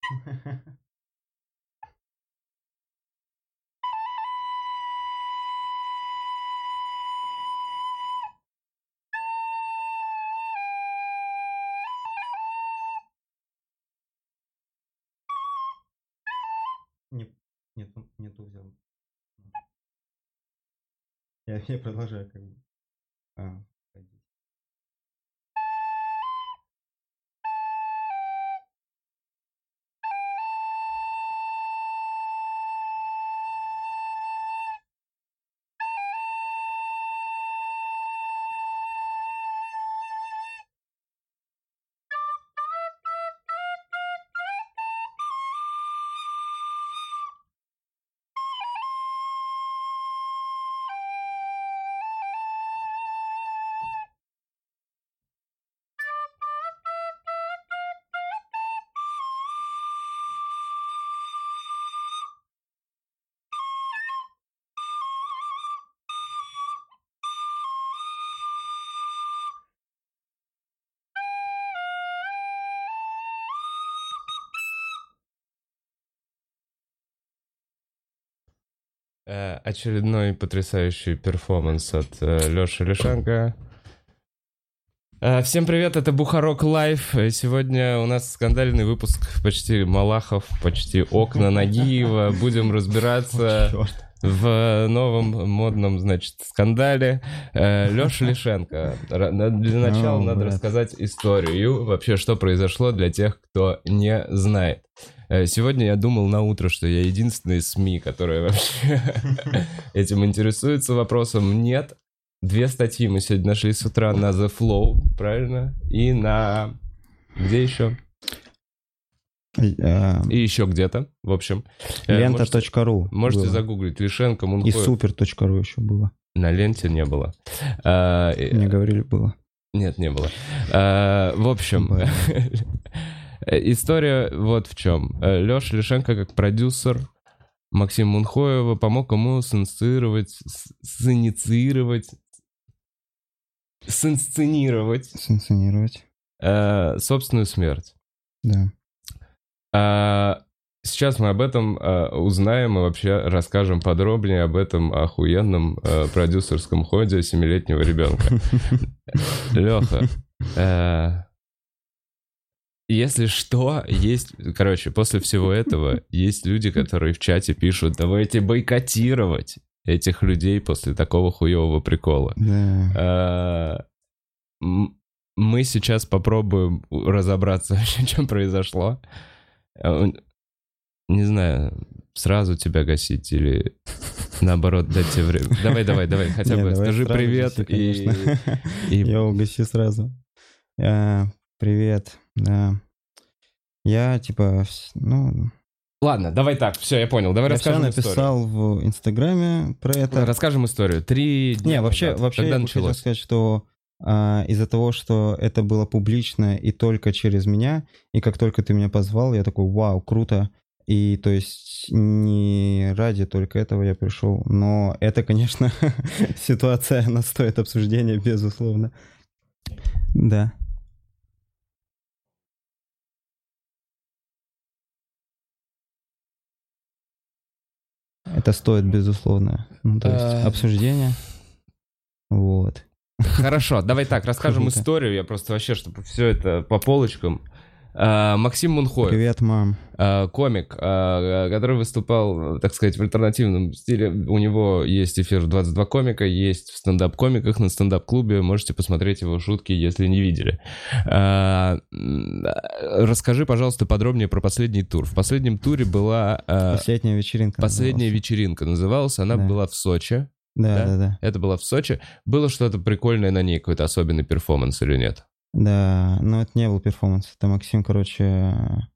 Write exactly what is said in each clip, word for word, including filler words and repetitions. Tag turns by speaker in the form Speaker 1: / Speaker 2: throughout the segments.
Speaker 1: Не, нет, не ту взял. Я, я продолжаю как бы. А, пойди.
Speaker 2: Э, Очередной потрясающий перформанс от э, Лёши Лишенко. Э, Всем привет, это Бухарок Лайв. Сегодня у нас скандальный выпуск, почти Малахов, почти окна Нагиева. Будем разбираться в новом модном, значит, скандале. Э, Лёша Лишенко. Ра- на- Для начала
Speaker 1: О,
Speaker 2: надо
Speaker 1: брат.
Speaker 2: рассказать историю, вообще, что произошло для тех, кто не знает. Э, Сегодня я думал на утро, что я единственный СМИ, который вообще этим интересуется вопросом. Нет. Две статьи мы сегодня нашли с утра на The Flow, правильно? И на... Где еще?
Speaker 1: Э,
Speaker 2: И еще где-то, в общем. Э, можете-
Speaker 1: Лента.ру
Speaker 2: Можете
Speaker 1: было.
Speaker 2: загуглить Лишенко,
Speaker 1: И
Speaker 2: Мунхоев.
Speaker 1: супер.ру еще было.
Speaker 2: На ленте не было. А, и-
Speaker 1: Мне говорили, было.
Speaker 2: Нет, не было. А, в общем,
Speaker 1: Было.
Speaker 2: история вот в чем. Леша Лишенко, как продюсер Максима Мунхоева, помог ему синсценировать, с- синициировать, синсценировать
Speaker 1: Санкционировать.
Speaker 2: э, собственную смерть.
Speaker 1: Да.
Speaker 2: А, сейчас мы об этом э, узнаем и вообще расскажем подробнее об этом охуенном э, продюсерском ходе семилетнего ребенка. Леха, э, если что, есть... Короче, после всего этого есть люди, которые в чате пишут: давайте бойкотировать этих людей после такого хуевого прикола.
Speaker 1: Да.
Speaker 2: Э, м- Мы сейчас попробуем разобраться вообще, что произошло. Э, Не знаю, сразу тебя гасить или наоборот дать тебе время. Давай, давай, давай, хотя
Speaker 1: Не,
Speaker 2: бы
Speaker 1: давай
Speaker 2: скажи
Speaker 1: сразу
Speaker 2: привет
Speaker 1: гаси,
Speaker 2: и...
Speaker 1: конечно.
Speaker 2: и-
Speaker 1: Я угаси сразу. А, Привет. Да. Я типа, вс- ну,
Speaker 2: Ладно, давай так, все, я понял. Давай
Speaker 1: я все
Speaker 2: расскажем историю.
Speaker 1: написал в Инстаграме про это.
Speaker 2: Расскажем историю. Три дня
Speaker 1: Не, вообще,
Speaker 2: назад.
Speaker 1: вообще
Speaker 2: Когда
Speaker 1: я бы хотел
Speaker 2: началось?
Speaker 1: сказать, что а, из-за того, что это было публично и только через меня, и как только ты меня позвал, я такой: вау, круто. И то есть не ради только этого я пришел. Но это, конечно, ситуация, она стоит обсуждения, безусловно. Да. Это стоит, безусловно. Ну, то есть
Speaker 2: А.
Speaker 1: обсуждение. Вот.
Speaker 2: Хорошо, давай так, расскажем
Speaker 1: Круто.
Speaker 2: историю. Я просто вообще, чтобы все это по полочкам. А, Максим Мунхоев.
Speaker 1: Привет, мам.
Speaker 2: А, комик, а, который выступал, так сказать, в альтернативном стиле. У него есть эфир двадцать два комика, есть в стендап-комиках на стендап-клубе. Можете посмотреть его шутки, если не видели. А, м, Расскажи, пожалуйста, подробнее про последний тур. В последнем туре была а,
Speaker 1: Последняя вечеринка.
Speaker 2: последняя
Speaker 1: называлась.
Speaker 2: вечеринка. Называлась она,
Speaker 1: Да.
Speaker 2: была в Сочи.
Speaker 1: Да,
Speaker 2: да?
Speaker 1: да, да.
Speaker 2: Это была в Сочи. Было что-то прикольное на ней, какой-то особенный перформанс или нет?
Speaker 1: Да, но это не был перформанс. Это Максим, короче...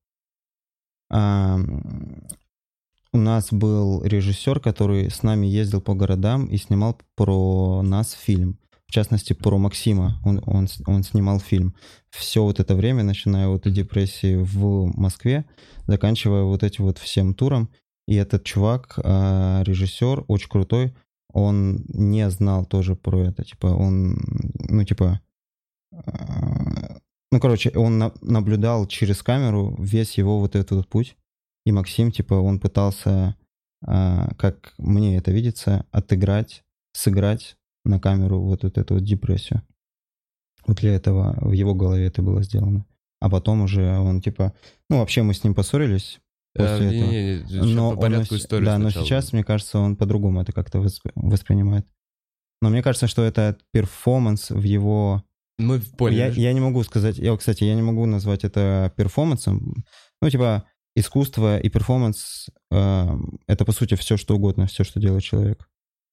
Speaker 1: а, у нас был режиссер, который с нами ездил по городам и снимал про нас фильм. В частности, про Максима. Он, он, с- он снимал фильм. Все вот это время, начиная от депрессии в Москве, заканчивая вот этим вот всем туром. И этот чувак, а, режиссер, очень крутой, он не знал тоже про это. Типа, он, ну, типа... а, Ну, короче, он на- наблюдал через камеру весь его вот этот вот путь. И Максим, типа, он пытался, а, как мне это видится, отыграть, сыграть на камеру вот, вот эту вот депрессию. Вот для этого в его голове это было сделано. А потом уже он, типа... Ну, вообще мы с ним поссорились после
Speaker 2: Э,
Speaker 1: этого.
Speaker 2: не-не-не, сейчас
Speaker 1: Но
Speaker 2: по
Speaker 1: он,
Speaker 2: порядку
Speaker 1: ос-
Speaker 2: истории
Speaker 1: да, но
Speaker 2: сначала.
Speaker 1: сейчас, мне кажется, он по-другому это как-то восп- воспринимает. Но мне кажется, что это перформанс в его...
Speaker 2: Мы
Speaker 1: Я,
Speaker 2: поняли.
Speaker 1: я не могу сказать... Я, кстати, я не могу назвать это перформансом. Ну, типа, искусство и перформанс э, это, по сути, все, что угодно, все, что делает человек.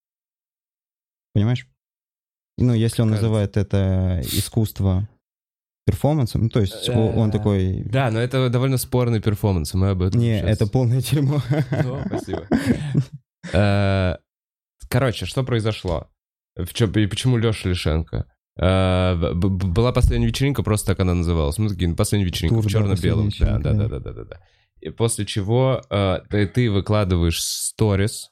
Speaker 1: Понимаешь? И, ну, если он
Speaker 2: Кажется.
Speaker 1: называет это искусство перформансом, ну, то есть о- он такой...
Speaker 2: Да, но это довольно спорный перформанс, мы об этом
Speaker 1: Не,
Speaker 2: сейчас-
Speaker 1: это полное дерьмо.
Speaker 2: Ну, спасибо. Э, Короче, что произошло? В чё- и почему Леша Лишенко? Э, б- б- Была последняя вечеринка, просто так она называлась. Мы такие, «Ну, последняя вечеринка
Speaker 1: Тур,
Speaker 2: в
Speaker 1: да,
Speaker 2: черно-белом.
Speaker 1: последняя
Speaker 2: Да,
Speaker 1: вечеринка,
Speaker 2: да,
Speaker 1: да.
Speaker 2: да, да, да, да. И после чего э, ты, ты выкладываешь сторис.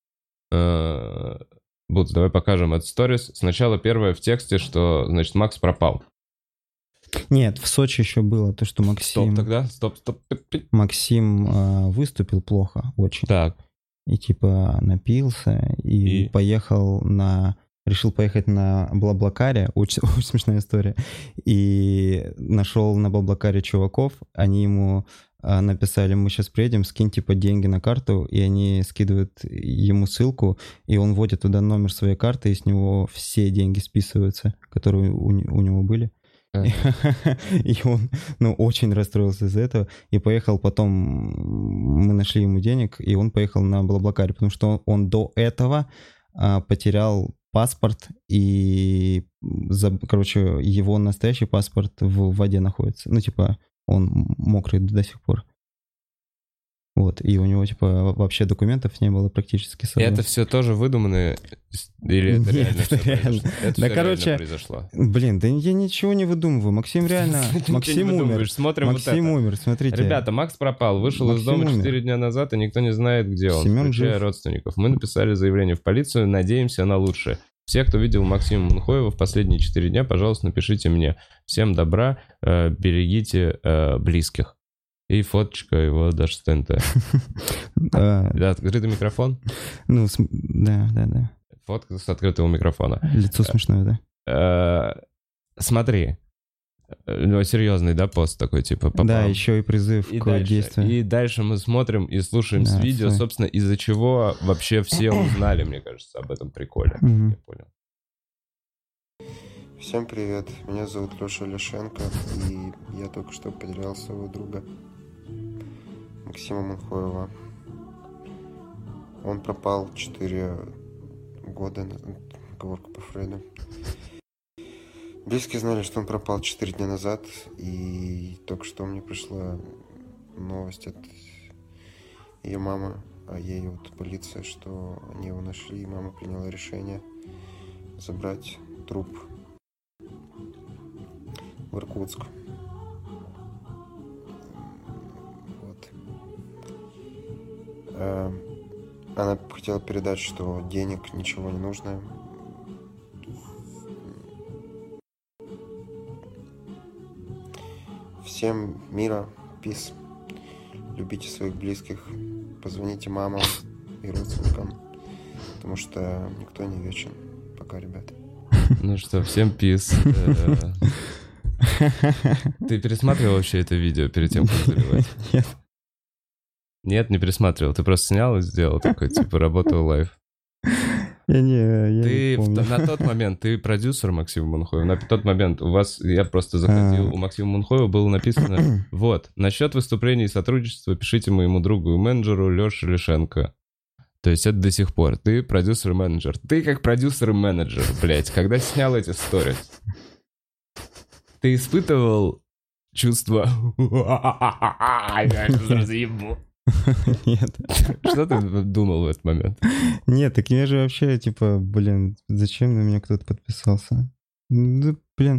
Speaker 2: Э, Будь, давай покажем этот сторис. Сначала первое в тексте, что, значит, Макс пропал.
Speaker 1: Нет, в Сочи еще было то, что Максим...
Speaker 2: Стоп тогда, стоп, стоп.
Speaker 1: Максим э, выступил плохо очень.
Speaker 2: Так,
Speaker 1: И типа напился и,
Speaker 2: И?
Speaker 1: поехал на... Решил поехать на Блаблакаре. Очень, очень смешная история. И нашел на Блаблакаре чуваков. Они ему э, написали: мы сейчас приедем, скинь типа деньги на карту. И они скидывают ему ссылку. И он вводит туда номер своей карты, и с него все деньги списываются, которые у, не- у него были.
Speaker 2: Ага.
Speaker 1: И он, ну, очень расстроился из-за этого. И поехал потом... Мы нашли ему денег, и он поехал на Блаблакаре, потому что он до этого а, потерял паспорт, и, за- короче, его настоящий паспорт в воде находится. Ну, типа, он мокрый до сих пор. Вот, и у него, типа, вообще документов не было практически с собой.
Speaker 2: Это все тоже выдуманное? Или это
Speaker 1: Нет,
Speaker 2: реально
Speaker 1: это
Speaker 2: всё
Speaker 1: реально.
Speaker 2: произошло? Это
Speaker 1: Да,
Speaker 2: всё реально
Speaker 1: короче,
Speaker 2: произошло.
Speaker 1: Блин, да я ничего не выдумываю. Максим реально...
Speaker 2: Ты ничего не
Speaker 1: Максим умер.
Speaker 2: выдумываешь, смотрим вот
Speaker 1: Максим
Speaker 2: это.
Speaker 1: умер, смотрите.
Speaker 2: Ребята, Макс пропал, вышел из
Speaker 1: Максим
Speaker 2: дома
Speaker 1: умер.
Speaker 2: четыре дня назад, и никто не знает, где он,
Speaker 1: Семен
Speaker 2: включая
Speaker 1: жив.
Speaker 2: родственников. Мы написали заявление в полицию, надеемся на лучшее. Все, кто видел Максима Мунхоева в последние четыре дня, пожалуйста, напишите мне. Всем добра, э, берегите э, близких. И фоточка его даже с ТНТ.
Speaker 1: А,
Speaker 2: Да, открытый микрофон.
Speaker 1: Ну, см- да, да, да.
Speaker 2: Фотка с открытого микрофона.
Speaker 1: Лицо смешное, да?
Speaker 2: Э, Смотри. Э, Ну, серьезный, да, пост такой, типа, попал.
Speaker 1: Да, еще и призыв
Speaker 2: И
Speaker 1: к
Speaker 2: дальше,
Speaker 1: действию.
Speaker 2: и дальше мы смотрим и слушаем
Speaker 1: Да,
Speaker 2: с видео,
Speaker 1: отстой.
Speaker 2: собственно, из-за чего вообще все узнали, мне кажется, об этом приколе.
Speaker 1: Мгм.
Speaker 2: Я понял.
Speaker 3: Всем привет, меня зовут Леша Лишенко, и я только что потерял своего друга Максима Мунхоева. Он пропал четыре года, на- оговорка по Фрейду. Близкие знали, что он пропал четыре дня назад, и только что мне пришла новость от ее мамы, а ей вот полиция, что они его нашли, и мама приняла решение забрать труп в Иркутск. Вот. Э, Она хотела передать, что денег ничего не нужно. Всем мира, пис. Любите своих близких. Позвоните мамам и родственникам, потому что никто не вечен. Пока, ребята.
Speaker 2: Ну что, всем пис. Э, Ты пересматривал вообще это видео перед тем, как заливать?
Speaker 1: Нет.
Speaker 2: Нет, не пересматривал. Ты просто снял и сделал такой, типа, работал лайв.
Speaker 1: Я не, я
Speaker 2: Ты
Speaker 1: не
Speaker 2: в
Speaker 1: помню.
Speaker 2: то- на тот момент, ты продюсер Максима Мунхоева, на тот момент у вас, я просто заходил,
Speaker 1: А.
Speaker 2: у Максима Мунхоева было написано, вот, насчет выступлений и сотрудничества пишите моему другу и менеджеру Леше Лишенко. То есть это до сих пор. Ты продюсер и менеджер. Ты как продюсер и менеджер, блядь, когда снял эти сторис, ты испытывал чувство... Я сейчас разъебу.
Speaker 1: Нет.
Speaker 2: Что ты думал в этот момент?
Speaker 1: Нет, так я же вообще, типа, блин, зачем на меня кто-то подписался? Да, блин.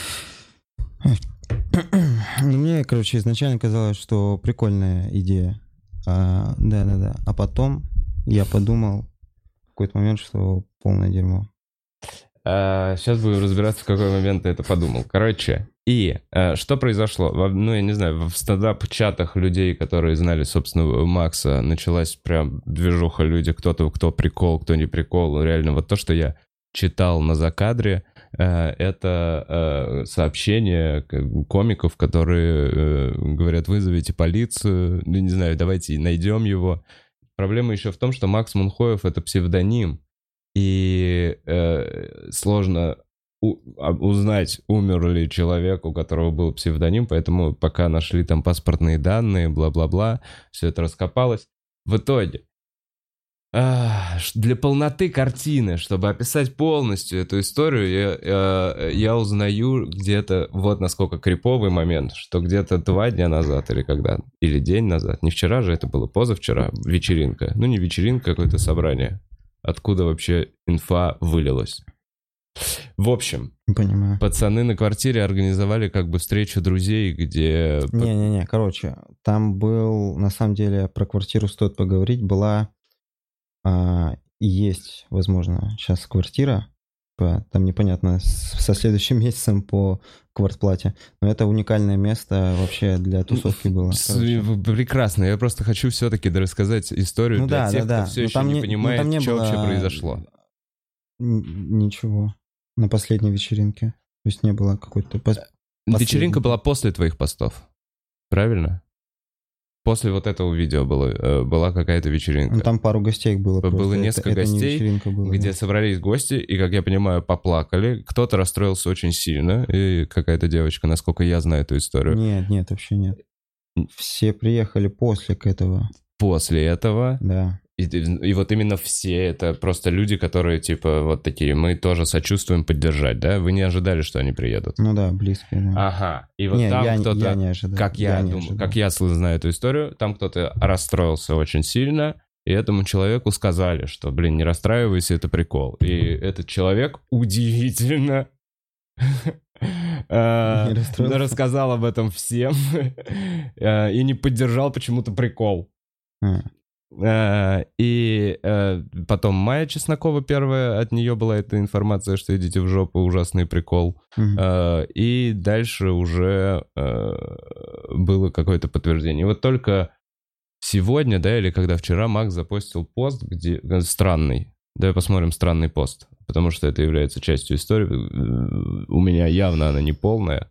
Speaker 1: Ну, мне, короче, изначально казалось, что прикольная идея. А, да-да-да. А потом я подумал в какой-то момент, что полное дерьмо.
Speaker 2: А, сейчас будем разбираться, в какой момент ты это подумал. Короче, и а, что произошло? Во- Ну, я не знаю, в стендап-чатах людей, которые знали, собственно, Макса, началась прям движуха, люди, кто-то, кто прикол, кто не прикол. Реально, вот то, что я читал на закадре, э, это э, сообщения к- комиков, которые э, говорят, вызовите полицию, ну, не знаю, давайте найдем его. Проблема еще в том, что Макс Мунхоев — это псевдоним, и э, сложно у- а- узнать, умер ли человек, у которого был псевдоним, поэтому пока нашли там паспортные данные, бла-бла-бла, все это раскопалось. В итоге, а, ш- для полноты картины, чтобы описать полностью эту историю, я, я- я узнаю где-то, вот насколько криповый момент, что где-то два дня назад или когда, или день назад, не вчера же, это было позавчера, вечеринка, ну не вечеринка, какое-то собрание, откуда вообще инфа вылилась. В общем,
Speaker 1: Не понимаю.
Speaker 2: пацаны на квартире организовали как бы встречу друзей, где...
Speaker 1: Не-не-не, короче, там был, на самом деле, про квартиру стоит поговорить, была, а, и есть, возможно, сейчас квартира, по- там непонятно, с- со следующим месяцем по квартплате, но это уникальное место вообще для тусовки было.
Speaker 2: С-
Speaker 1: короче.
Speaker 2: в- Прекрасно, я просто хочу все-таки рассказать историю
Speaker 1: Ну
Speaker 2: для
Speaker 1: да,
Speaker 2: тех,
Speaker 1: да, да.
Speaker 2: кто все
Speaker 1: Но
Speaker 2: еще
Speaker 1: там
Speaker 2: не
Speaker 1: не- ну,
Speaker 2: понимает,
Speaker 1: там не
Speaker 2: что вообще
Speaker 1: было
Speaker 2: произошло.
Speaker 1: н- Ничего. На последней вечеринке. То есть не было какой-то... пос-
Speaker 2: Вечеринка
Speaker 1: последний.
Speaker 2: была после твоих постов, правильно? После вот этого видео было, э, была какая-то вечеринка,
Speaker 1: Ну, там пару гостей было.
Speaker 2: Было
Speaker 1: просто. Это-
Speaker 2: несколько
Speaker 1: это не
Speaker 2: гостей,
Speaker 1: вечеринка была,
Speaker 2: где
Speaker 1: да.
Speaker 2: собрались гости и, как я понимаю, поплакали. Кто-то расстроился очень сильно, и какая-то девочка, насколько я знаю эту историю.
Speaker 1: Нет, нет, вообще нет. Все приехали после к этого,
Speaker 2: После этого,
Speaker 1: да.
Speaker 2: и, и вот именно все, это просто люди, которые, типа, вот такие, мы тоже сочувствуем, поддержать, да? Вы не ожидали, что они приедут?
Speaker 1: Ну да, близкие, да.
Speaker 2: Ага, и вот
Speaker 1: не,
Speaker 2: там
Speaker 1: я,
Speaker 2: кто-то...
Speaker 1: я не ожидал.
Speaker 2: Как я,
Speaker 1: не
Speaker 2: думаю,
Speaker 1: ожидал.
Speaker 2: как я сл- знаю эту историю, там кто-то расстроился очень сильно, и этому человеку сказали, что, блин, не расстраивайся, это прикол. И этот человек удивительно э,
Speaker 1: Не расстроился?
Speaker 2: рассказал об этом всем э, и не поддержал почему-то прикол.
Speaker 1: А,
Speaker 2: Э, И э, потом Майя Чеснокова первая, от нее была эта информация, что идите в жопу, ужасный прикол.
Speaker 1: мгм.
Speaker 2: Э, И дальше уже э, было какое-то подтверждение. И вот только сегодня, да, или когда вчера Макс запостил пост, где э, странный. Давай посмотрим странный пост, потому что это является частью истории. Э, У меня явно она не полная.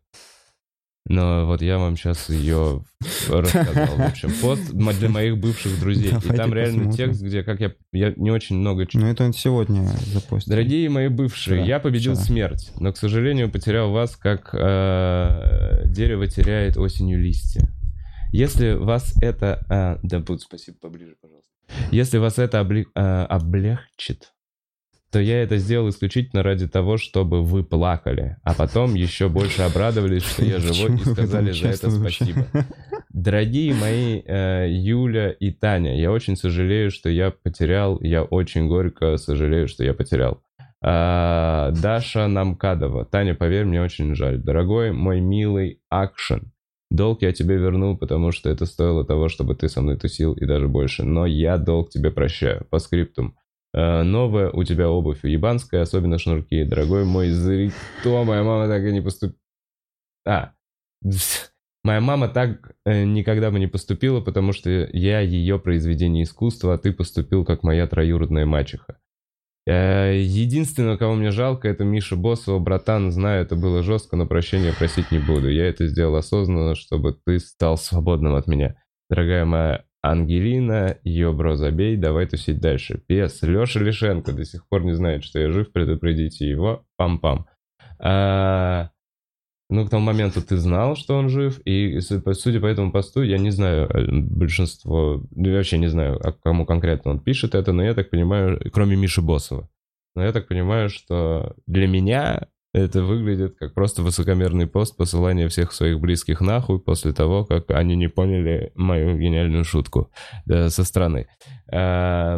Speaker 2: Но вот я вам сейчас ее рассказал. В общем, пост мо- для моих бывших друзей. И
Speaker 1: Давайте
Speaker 2: там реально
Speaker 1: посмотрим.
Speaker 2: текст, где, как я, я не очень много читал.
Speaker 1: Ну, это он сегодня запостил.
Speaker 2: Дорогие мои бывшие,
Speaker 1: Вчера,
Speaker 2: я победил
Speaker 1: вчера.
Speaker 2: смерть, но, к сожалению, потерял вас, как э, дерево теряет осенью листья. Если вас это... э, да, будь, спасибо, поближе, пожалуйста. Если вас это обли- э, облегчит, то я это сделал исключительно ради того, чтобы вы плакали, а потом еще больше обрадовались, что я живой, и
Speaker 1: Почему
Speaker 2: сказали
Speaker 1: вы
Speaker 2: за это
Speaker 1: участвуете вообще?
Speaker 2: спасибо. Дорогие мои э, Юля и Таня, я очень сожалею, что я потерял, я очень горько сожалею, что я потерял. А, Даша Намкадова. Таня, поверь, мне очень жаль. Дорогой мой милый Акшен, долг я тебе верну, потому что это стоило того, чтобы ты со мной тусил и даже больше. Но я долг тебе прощаю. По скриптум. Э, Новая у тебя обувь ебанская, особенно шнурки. Дорогой мой зритель, моя мама так и не поступила. А, моя мама так э, никогда бы не поступила, потому что я ее произведение искусства, а ты поступил как моя троюродная мачеха. Э, Единственного, кого мне жалко, это Миша Боссова. Братан, знаю, это было жестко, но прощения просить не буду. Я это сделал осознанно, чтобы ты стал свободным от меня. Дорогая моя Ангелина, ёбро, забей, давай тусить дальше. Пес, Леша Лишенко до сих пор не знает, что я жив, предупредите его. Пам-пам. А, ну, к тому моменту ты знал, что он жив, и с- судя по этому посту, я не знаю, э, большинство, ну, я вообще не знаю, а кому конкретно он пишет это, но я так понимаю, кроме Миши Боссова, но я так понимаю, что для меня это выглядит как просто высокомерный пост посылания всех своих близких нахуй после того, как они не поняли мою гениальную шутку э, со стороны. А,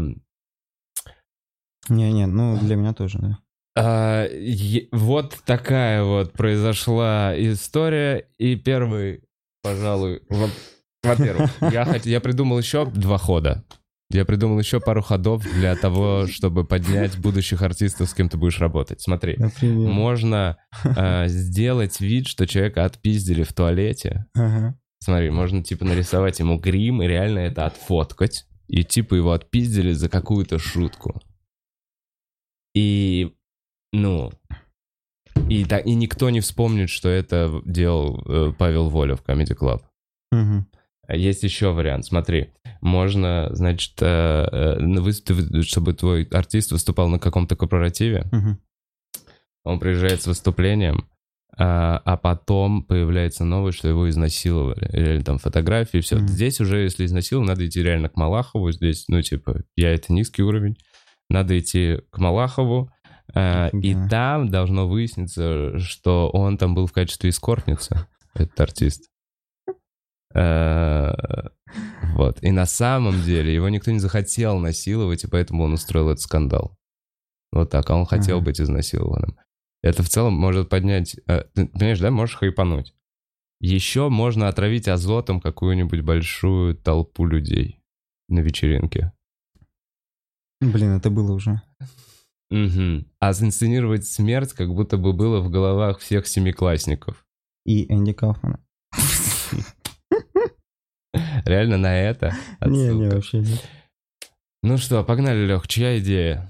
Speaker 1: Не-не, ну для меня тоже, да.
Speaker 2: а, е- вот такая вот произошла история. И первый, пожалуй, во- во-первых, я, хот- я придумал еще два хода. Я придумал еще пару ходов для того, чтобы поднять будущих артистов, с кем ты будешь работать. Смотри,
Speaker 1: Например.
Speaker 2: можно э, сделать вид, что человека отпиздили в туалете.
Speaker 1: Ага.
Speaker 2: Смотри, можно типа нарисовать ему грим и реально это отфоткать. И типа его отпиздили за какую-то шутку. И, ну... И, так, и никто не вспомнит, что это делал э, Павел Воля в Comedy Club.
Speaker 1: Угу.
Speaker 2: Есть еще вариант. Смотри, можно, значит, э, э, выставить, чтобы твой артист выступал на каком-то корпоративе.
Speaker 1: Угу.
Speaker 2: Он приезжает с выступлением, а, а потом появляется новость, что его изнасиловали. Или там фотографии, все.
Speaker 1: Мгм.
Speaker 2: Здесь уже, если изнасиловал, надо идти реально к Малахову. Здесь, ну, типа, я это низкий уровень. Надо идти к Малахову. а, и
Speaker 1: Да.
Speaker 2: там должно выясниться, что он там был в качестве эскортницы, этот артист. А, Вот. И на самом деле его никто не захотел насиловать, и поэтому он устроил этот скандал. Вот так. А он хотел
Speaker 1: Ага.
Speaker 2: быть изнасилованным. Это в целом может поднять... э, Ты понимаешь, да? Можешь хайпануть. Еще можно отравить азотом какую-нибудь большую толпу людей на вечеринке.
Speaker 1: Блин, это было уже.
Speaker 2: Мгм. А инсценировать смерть, как будто бы было в головах всех семиклассников.
Speaker 1: И Энди Кауфмана.
Speaker 2: Реально на это
Speaker 1: Не, не,
Speaker 2: отсылка.
Speaker 1: вообще нет.
Speaker 2: Ну что, погнали, Лех, чья идея?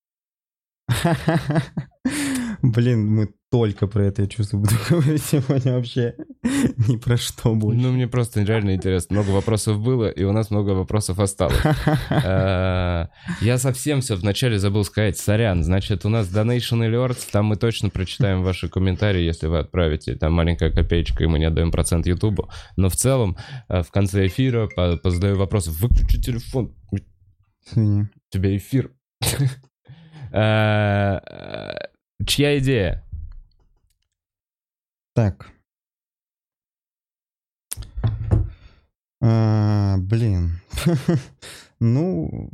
Speaker 1: Блин, мы только про это, я чувствую, буду говорить сегодня вообще ни про что больше.
Speaker 2: Ну, мне просто реально интересно. Много вопросов было, и у нас много вопросов осталось. Э, Я совсем все вначале забыл сказать. Сорян. Значит, у нас Donation Alerts. Там мы точно прочитаем ваши комментарии, если вы отправите. Там маленькая копеечка, и мы не отдаем процент Ютубу. Но в целом, э, в конце эфира по- позадаю вопрос. Выключи телефон. У
Speaker 1: Извини.
Speaker 2: тебя эфир. Э, э, Чья идея?
Speaker 1: Так. А, блин. Ну,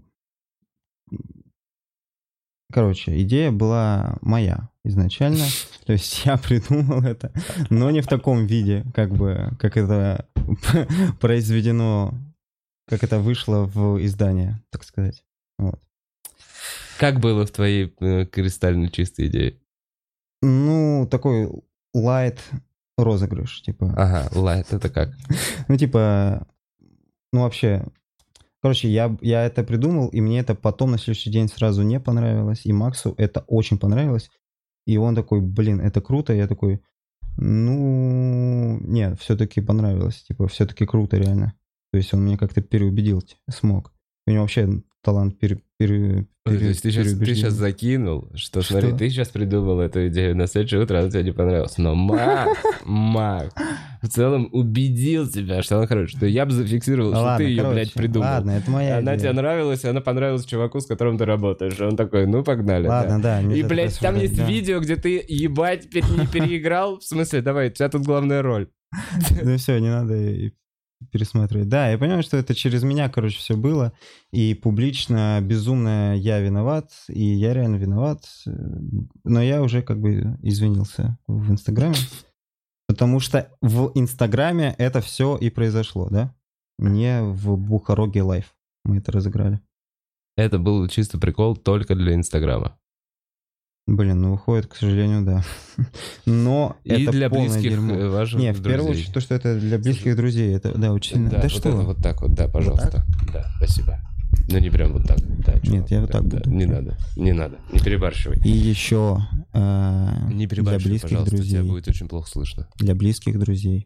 Speaker 1: короче, идея была моя изначально. То есть я придумал это, но не в таком виде, как бы, как это произведено, как это вышло в издание, так сказать. Вот.
Speaker 2: Как было в твоей э, кристально чистой идее?
Speaker 1: Ну, такой лайт розыгрыш, типа.
Speaker 2: Ага, лайт, это как?
Speaker 1: Ну, типа, ну, вообще, короче, я, я это придумал, и мне это потом на следующий день сразу не понравилось, и Максу это очень понравилось, и он такой, блин, это круто, я такой, ну, нет, все-таки понравилось, типа, все-таки круто, реально. То есть он меня как-то переубедил смог. У него вообще талант пере, пере,
Speaker 2: То
Speaker 1: пере-
Speaker 2: есть ты сейчас, ты
Speaker 1: переубеждения.
Speaker 2: сейчас закинул, что,
Speaker 1: Что?
Speaker 2: смотри, ты сейчас придумал эту идею, на следующее утро она тебе не понравилась. Но Макс, Макс в целом убедил тебя, что она хорошая, что я бы зафиксировал,
Speaker 1: Ну,
Speaker 2: что
Speaker 1: ладно,
Speaker 2: ты ее,
Speaker 1: короче,
Speaker 2: блядь, придумал.
Speaker 1: Ладно, это моя
Speaker 2: Она
Speaker 1: идея.
Speaker 2: тебе нравилась, и она понравилась чуваку, с которым ты работаешь. И он такой, ну погнали.
Speaker 1: Ладно, да.
Speaker 2: да.
Speaker 1: не
Speaker 2: И,
Speaker 1: это
Speaker 2: блядь, там
Speaker 1: рассуждать,
Speaker 2: есть
Speaker 1: да.
Speaker 2: видео, где ты ебать пере- не переиграл. В смысле, давай, у тебя тут главная роль.
Speaker 1: Ну все, не надо и пересматривать. Да, я понимаю, что это через меня, короче, все было. И публично, безумно я виноват. И я реально виноват. Но я уже как бы извинился в Инстаграме. Потому что в Инстаграме это все и произошло, да? Не в Бухароге Лайф. Мы это разыграли.
Speaker 2: Это был чисто прикол только для Инстаграма.
Speaker 1: Блин, ну выходит, к сожалению, да. Но
Speaker 2: И
Speaker 1: это
Speaker 2: для
Speaker 1: полное
Speaker 2: близких
Speaker 1: дерьмо.
Speaker 2: э, ваших
Speaker 1: Не, в
Speaker 2: друзей.
Speaker 1: первую очередь, то, что это для близких друзей, это, да, очень сильно.
Speaker 2: Да,
Speaker 1: Да,
Speaker 2: вот
Speaker 1: что?
Speaker 2: это вот так вот, да, пожалуйста. Да, спасибо. Ну не прям вот так. Да, чувак,
Speaker 1: Нет, я вот
Speaker 2: да,
Speaker 1: так
Speaker 2: да,
Speaker 1: буду.
Speaker 2: Не надо, не надо, не перебарщивай.
Speaker 1: И еще э,
Speaker 2: Не
Speaker 1: для
Speaker 2: перебарщивай,
Speaker 1: близких
Speaker 2: пожалуйста,
Speaker 1: друзей.
Speaker 2: тебя будет очень плохо слышно.
Speaker 1: Для близких друзей.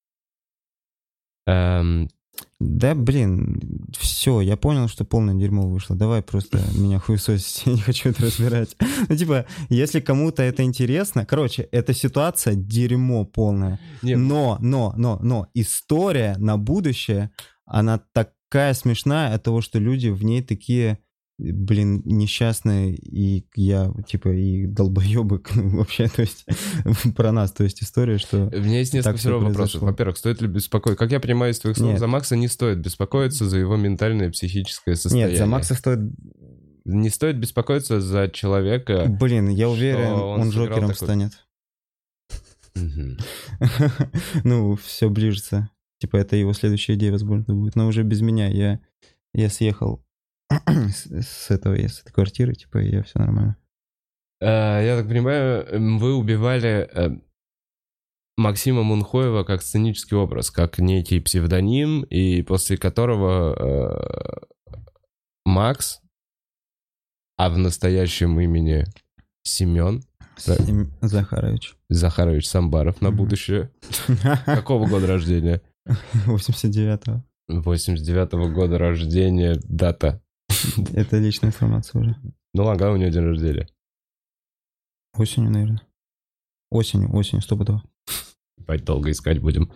Speaker 2: Эм,
Speaker 1: Да, блин, все, я понял, что полное дерьмо вышло. Давай просто меня хуесосить, я не хочу это разбирать. Ну, типа, если кому-то это интересно... Короче, эта ситуация дерьмо полное.
Speaker 2: не,
Speaker 1: Но, но, но, но история на будущее, она такая смешная от того, что люди в ней такие, блин, несчастные, и я, типа, и долбоебы вообще, то есть, про нас, то есть история, что...
Speaker 2: У меня есть несколько
Speaker 1: Так
Speaker 2: все
Speaker 1: всё
Speaker 2: равно вопросов.
Speaker 1: произошло.
Speaker 2: Во-первых, стоит ли беспокоиться? Как я понимаю из твоих слов,
Speaker 1: Нет.
Speaker 2: за Макса не стоит беспокоиться за его ментальное и психическое состояние.
Speaker 1: Нет, за Макса стоит...
Speaker 2: Не стоит беспокоиться за человека.
Speaker 1: Блин, я уверен,
Speaker 2: он
Speaker 1: он
Speaker 2: сыграл
Speaker 1: Джокером
Speaker 2: такой-
Speaker 1: станет.
Speaker 2: Мгм.
Speaker 1: Ну, все ближется. Типа, это его следующая идея, возможно, будет. Но уже без меня. Я, я съехал с, с этого, с этой квартиры, типа, и все нормально.
Speaker 2: А, я так понимаю, вы убивали а, Максима Мунхоева как сценический образ, как некий псевдоним, и после которого а, Макс, а в настоящем имени Семен
Speaker 1: Сем... Захарович.
Speaker 2: Захарович Самбаров на
Speaker 1: Мгм.
Speaker 2: будущее. Какого года рождения?
Speaker 1: восемьдесят девятого.
Speaker 2: восемьдесят девятого года рождения, дата.
Speaker 1: Это личная информация уже.
Speaker 2: Ну ладно, у него день рождения.
Speaker 1: Осенью, наверное. Осенью, осенью, стопудово.
Speaker 2: Ебать, долго искать будем.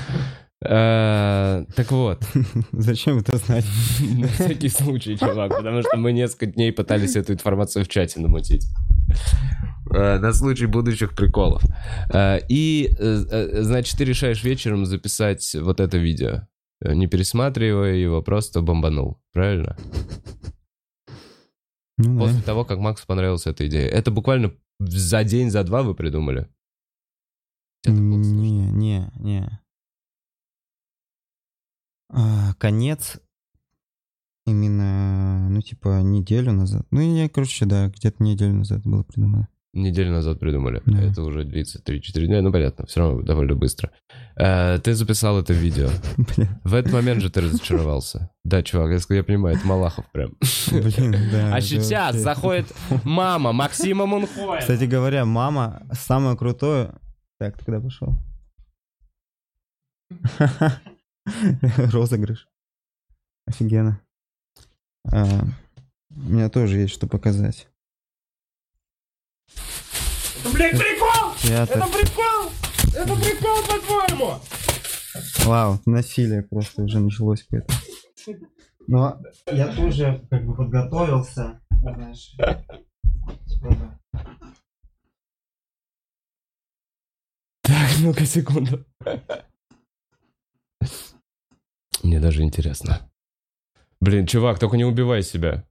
Speaker 2: А, так вот,
Speaker 1: Зачем это знать?
Speaker 2: на всякий случай, чувак, потому что мы несколько дней пытались эту информацию в чате намутить. А, на случай будущих приколов. А, и, э, значит, ты решаешь вечером записать вот это видео, не пересматривая его, просто бомбанул, правильно?
Speaker 1: Ну,
Speaker 2: После
Speaker 1: да.
Speaker 2: того, как Максу понравилась эта идея. Это буквально за день, за два вы придумали? Это было сложно.
Speaker 1: Не, не, не. А, конец именно, ну, типа, неделю назад. Ну, я, короче, да, где-то неделю назад было придумано.
Speaker 2: Неделю назад придумали.
Speaker 1: Да.
Speaker 2: Это уже длится три-четыре дня. Ну, понятно, все равно довольно быстро. Э, ты записал это видео.
Speaker 1: Блин,
Speaker 2: В этот момент же ты разочаровался. Да, чувак, я, ск- я понимаю, это Малахов прям.
Speaker 1: блин, да.
Speaker 2: А
Speaker 1: это
Speaker 2: сейчас
Speaker 1: вообще-
Speaker 2: заходит мама Максима Мунхоева.
Speaker 1: Кстати говоря, мама самое крутое... Так, ты куда пошел? Розыгрыш. Офигенно. А, у меня тоже есть что показать.
Speaker 2: Это, блядь, прикол!
Speaker 1: Театр.
Speaker 2: Это прикол! Это прикол, по-твоему!
Speaker 1: Вау, насилие просто уже началось какое-то. Но я тоже как бы подготовился. Знаешь. Типа,
Speaker 2: Так, ну-ка, секунду. Мне даже интересно. Блин, чувак, только не убивай себя.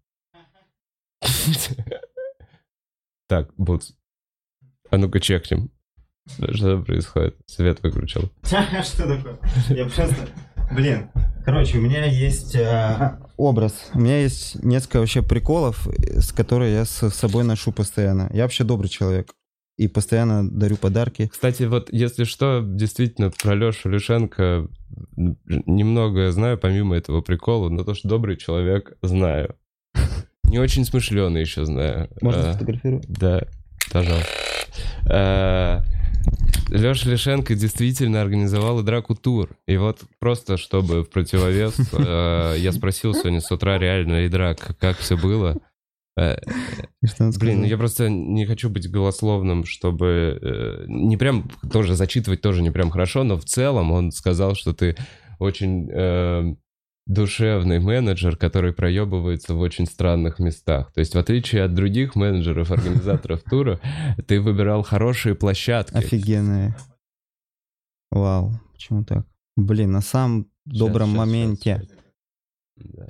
Speaker 2: Так, Бутс. А ну-ка чекнем. Что происходит? Свет выключил.
Speaker 1: Что такое? Я просто... Блин, короче, у меня есть э, образ. У меня есть несколько вообще приколов, с которыми я с собой ношу постоянно. Я вообще добрый человек. И постоянно дарю подарки.
Speaker 2: Кстати, вот если что, действительно, про Лешу Лишенко немного знаю, помимо этого прикола, но то, что добрый человек, знаю. Не очень смышленый еще знаю.
Speaker 1: Можно
Speaker 2: А,
Speaker 1: сфотографировать?
Speaker 2: Да, пожалуйста. А, Леша Лишенко действительно организовал и драку тур. И вот просто, чтобы в противовес, а, я спросил сегодня с утра реально, и драк, как все было. А,
Speaker 1: И что он
Speaker 2: Блин, ну
Speaker 1: сказал?
Speaker 2: я просто не хочу быть голословным, чтобы... э, не прям тоже зачитывать тоже не прям хорошо, но в целом он сказал, что ты очень э, душевный менеджер, который проебывается в очень странных местах. То есть в отличие от других менеджеров, организаторов тура, ты выбирал хорошие площадки.
Speaker 1: Офигенные. Вау, почему так? Блин, на самом
Speaker 2: Щас,
Speaker 1: добром
Speaker 2: щас,
Speaker 1: моменте.
Speaker 2: щас, щас. Да.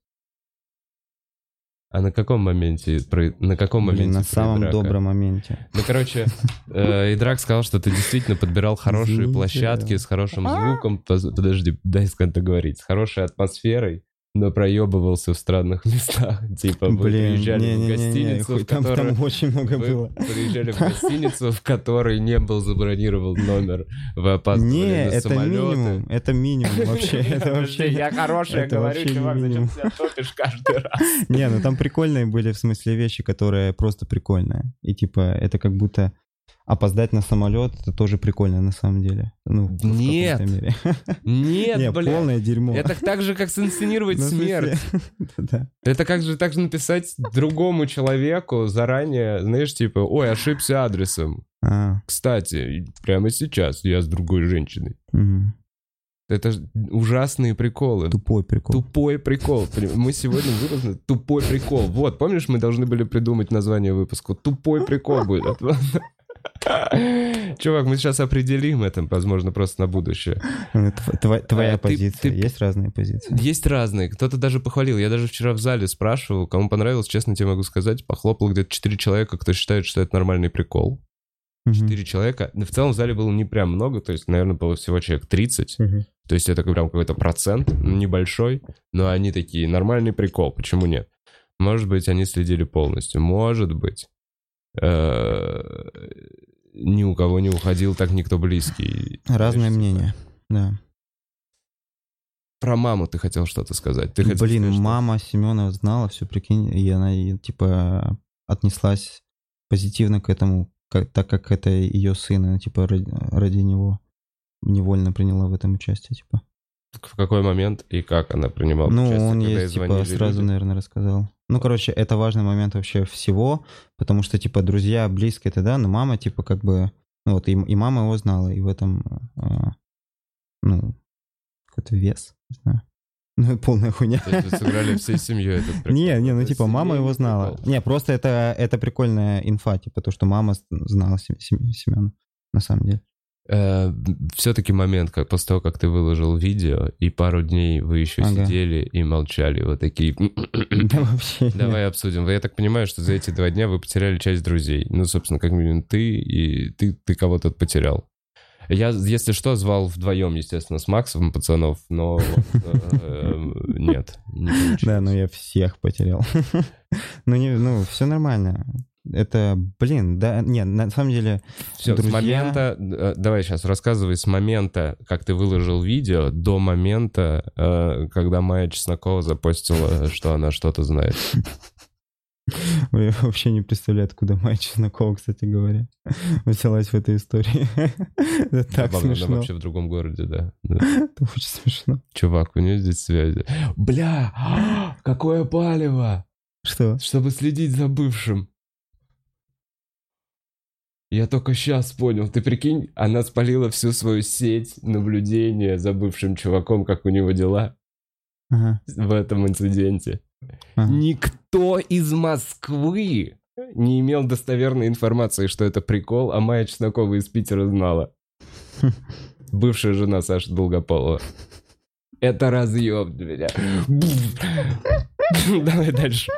Speaker 2: А на каком моменте? Про- На каком моменте?
Speaker 1: Блин, на
Speaker 2: про
Speaker 1: самом
Speaker 2: Идрака?
Speaker 1: добром моменте.
Speaker 2: Ну, короче, э, Идрак сказал, что ты действительно подбирал хорошие
Speaker 1: Извините.
Speaker 2: площадки с хорошим звуком. Поз- Подожди, дай сколько говорить. С хорошей атмосферой, но проебывался в странных местах. Типа, вы
Speaker 1: Блин,
Speaker 2: приезжали в
Speaker 1: не-не-не-не,
Speaker 2: гостиницу,
Speaker 1: хуй,
Speaker 2: в
Speaker 1: там,
Speaker 2: которой...
Speaker 1: там очень много
Speaker 2: Вы
Speaker 1: было.
Speaker 2: приезжали в гостиницу, в которой не был забронирован номер. Вы опаздывали
Speaker 1: Не,
Speaker 2: на
Speaker 1: это
Speaker 2: самолеты.
Speaker 1: минимум, это минимум вообще, это
Speaker 2: Подожди,
Speaker 1: вообще...
Speaker 2: я хороший,
Speaker 1: это
Speaker 2: говорю,
Speaker 1: вообще
Speaker 2: чувак,
Speaker 1: не
Speaker 2: зачем
Speaker 1: минимум.
Speaker 2: ты себя топишь каждый раз?
Speaker 1: Не, ну там прикольные были, в смысле, вещи, которые просто прикольные. И типа, это как будто опоздать на самолет, это тоже прикольно на самом деле. Ну, в каком-то
Speaker 2: Нет.
Speaker 1: мере.
Speaker 2: Нет,
Speaker 1: Не,
Speaker 2: бля.
Speaker 1: полное дерьмо.
Speaker 2: Это так же, как синсценировать
Speaker 1: Ну, в смысле,
Speaker 2: смерть.
Speaker 1: Да.
Speaker 2: Это как же так же написать другому человеку заранее, знаешь, типа, ой, ошибся адресом.
Speaker 1: А,
Speaker 2: Кстати, прямо сейчас я с другой женщиной.
Speaker 1: мгм.
Speaker 2: Это ж ужасные приколы.
Speaker 1: Тупой прикол.
Speaker 2: Тупой прикол. Поним- Мы сегодня выросли. Тупой прикол. Вот, помнишь, мы должны были придумать название выпуску? Тупой прикол будет. Чувак, мы сейчас определим это, возможно, просто на будущее.
Speaker 1: Ну, тв- тва- Твоя
Speaker 2: А, ты-
Speaker 1: позиция.
Speaker 2: ты-
Speaker 1: Есть разные позиции?
Speaker 2: Есть разные. Кто-то даже похвалил. Я даже вчера в зале спрашивал, кому понравилось, честно тебе могу сказать, похлопал где-то четыре человека, кто считает, что это нормальный прикол. Четыре человека. В целом в зале было не прям много, то есть, наверное, было всего человек тридцать.
Speaker 1: Мгм.
Speaker 2: То есть это прям какой-то процент, небольшой, но они такие, нормальный прикол, почему нет? Может быть, они следили полностью, может быть, э, ни у кого не уходил так никто близкий.
Speaker 1: Разное мнение, да.
Speaker 2: Про маму ты хотел что-то сказать. Ты хотел
Speaker 1: Блин,
Speaker 2: сказать, что-
Speaker 1: мама Семенова знала все, прикинь, и она, и, типа, отнеслась позитивно к этому, как- так как это ее сын, она, типа, ради, ради него невольно приняла в этом участие, типа.
Speaker 2: В какой момент и как она принимала
Speaker 1: Ну,
Speaker 2: участие,
Speaker 1: он
Speaker 2: когда
Speaker 1: ей,
Speaker 2: ей
Speaker 1: типа,
Speaker 2: звонили
Speaker 1: сразу,
Speaker 2: люди?
Speaker 1: наверное, рассказал. Ну, короче, это важный момент вообще всего, потому что, типа, друзья близкие, это да, но мама, типа, как бы, ну, вот, и, и мама его знала, и в этом, э, ну, какой-то вес, не знаю. Ну, полная хуйня.
Speaker 2: То есть вы сыграли всей семьей этот прикол?
Speaker 1: Не, не, ну
Speaker 2: Это
Speaker 1: типа мама его
Speaker 2: семейный
Speaker 1: знала.
Speaker 2: прикол.
Speaker 1: Не, просто это, это прикольная инфа, типа то, что мама с- знала Сем- Сем- Семена, на самом деле.
Speaker 2: Все-таки момент, как после того, как ты выложил видео, и пару дней вы еще
Speaker 1: Ага.
Speaker 2: сидели и молчали, вот такие...
Speaker 1: Да вообще нет.
Speaker 2: Давай обсудим. Я так понимаю, что за эти два дня вы потеряли часть друзей. Ну, собственно, как минимум ты, и ты, ты кого-то потерял. Я, если что, звал вдвоем, естественно, с Максом пацанов, но э, нет. не получилось.
Speaker 1: Да, но я всех потерял. Ну, не, ну, все нормально. Это, блин, да, нет, на самом деле,
Speaker 2: Все, с
Speaker 1: друзья-
Speaker 2: момента, э, давай сейчас рассказывай с момента, как ты выложил видео, до момента, э, когда Майя Чеснокова запостила, что она что-то знает.
Speaker 1: вы вообще не представляете, откуда Майя Чеснокова, кстати говоря, взялась в этой истории. Это так
Speaker 2: Забавно, она
Speaker 1: смешно.
Speaker 2: вообще в другом городе, да. Да.
Speaker 1: Это очень смешно.
Speaker 2: Чувак, у нее здесь связи. Бля, какое палево!
Speaker 1: Что?
Speaker 2: Чтобы следить за бывшим. Я только сейчас понял. Ты прикинь, она спалила всю свою сеть наблюдения за бывшим чуваком, как у него дела
Speaker 1: Ага,
Speaker 2: в этом инциденте.
Speaker 1: ага.
Speaker 2: Никто из Москвы не имел достоверной информации, что это прикол, а Майя Чеснокова из Питера знала. Бывшая жена Саши Долгополова. Это разъеб для меня. Давай дальше.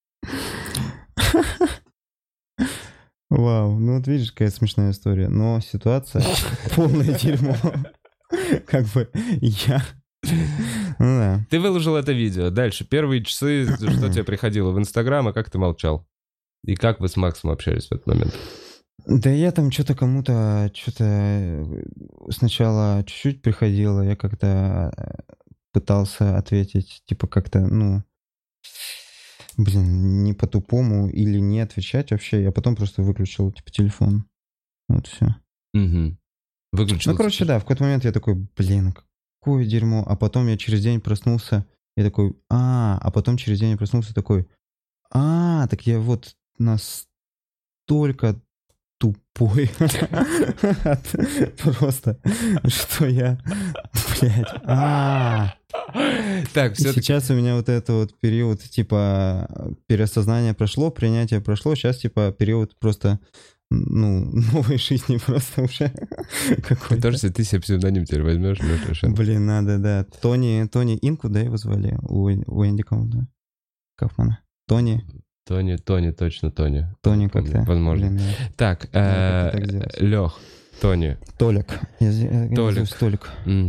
Speaker 1: Вау, ну вот видишь, какая смешная история. Но ситуация полное дерьмо. Как бы я... Ну да.
Speaker 2: Ты выложил это видео. Дальше. Первые часы, что тебе приходило в Инстаграм, а как ты молчал? И как вы с Максом общались в этот момент?
Speaker 1: Да я там что-то кому-то, что-то сначала чуть-чуть приходило, я как-то пытался ответить, типа как-то, ну, блин, не по-тупому или не отвечать вообще, я потом просто выключил, типа, телефон. Вот все.
Speaker 2: Угу. Выключил.
Speaker 1: Ну, короче, да, в какой-то момент я такой, блин, какое дерьмо, а потом я через день проснулся, я такой, а, а потом через день я проснулся такой, а, так я вот настолько тупой. Просто, что я, блядь, а.
Speaker 2: Так,
Speaker 1: И
Speaker 2: все
Speaker 1: сейчас у меня вот это вот период, типа, переосознание прошло, принятие прошло, сейчас, типа, период просто, ну, новой жизни просто уже какой-то.
Speaker 2: Тоже ты себе псевдоним теперь возьмешь, Леша Лешенко.
Speaker 1: Блин, надо, да. Тони, Тони Инку, да, его звали? У, у Энди Кау- да. Кауфмана. Тони,
Speaker 2: Тони, Тони, точно Тони.
Speaker 1: Тони
Speaker 2: Помню,
Speaker 1: как-то.
Speaker 2: Возможно.
Speaker 1: Блин, да.
Speaker 2: Так,
Speaker 1: Надо как-то так сделать.
Speaker 2: Лех, Тони,
Speaker 1: Толик. Я, з- я
Speaker 2: Толик.
Speaker 1: назовусь Толик.
Speaker 2: м,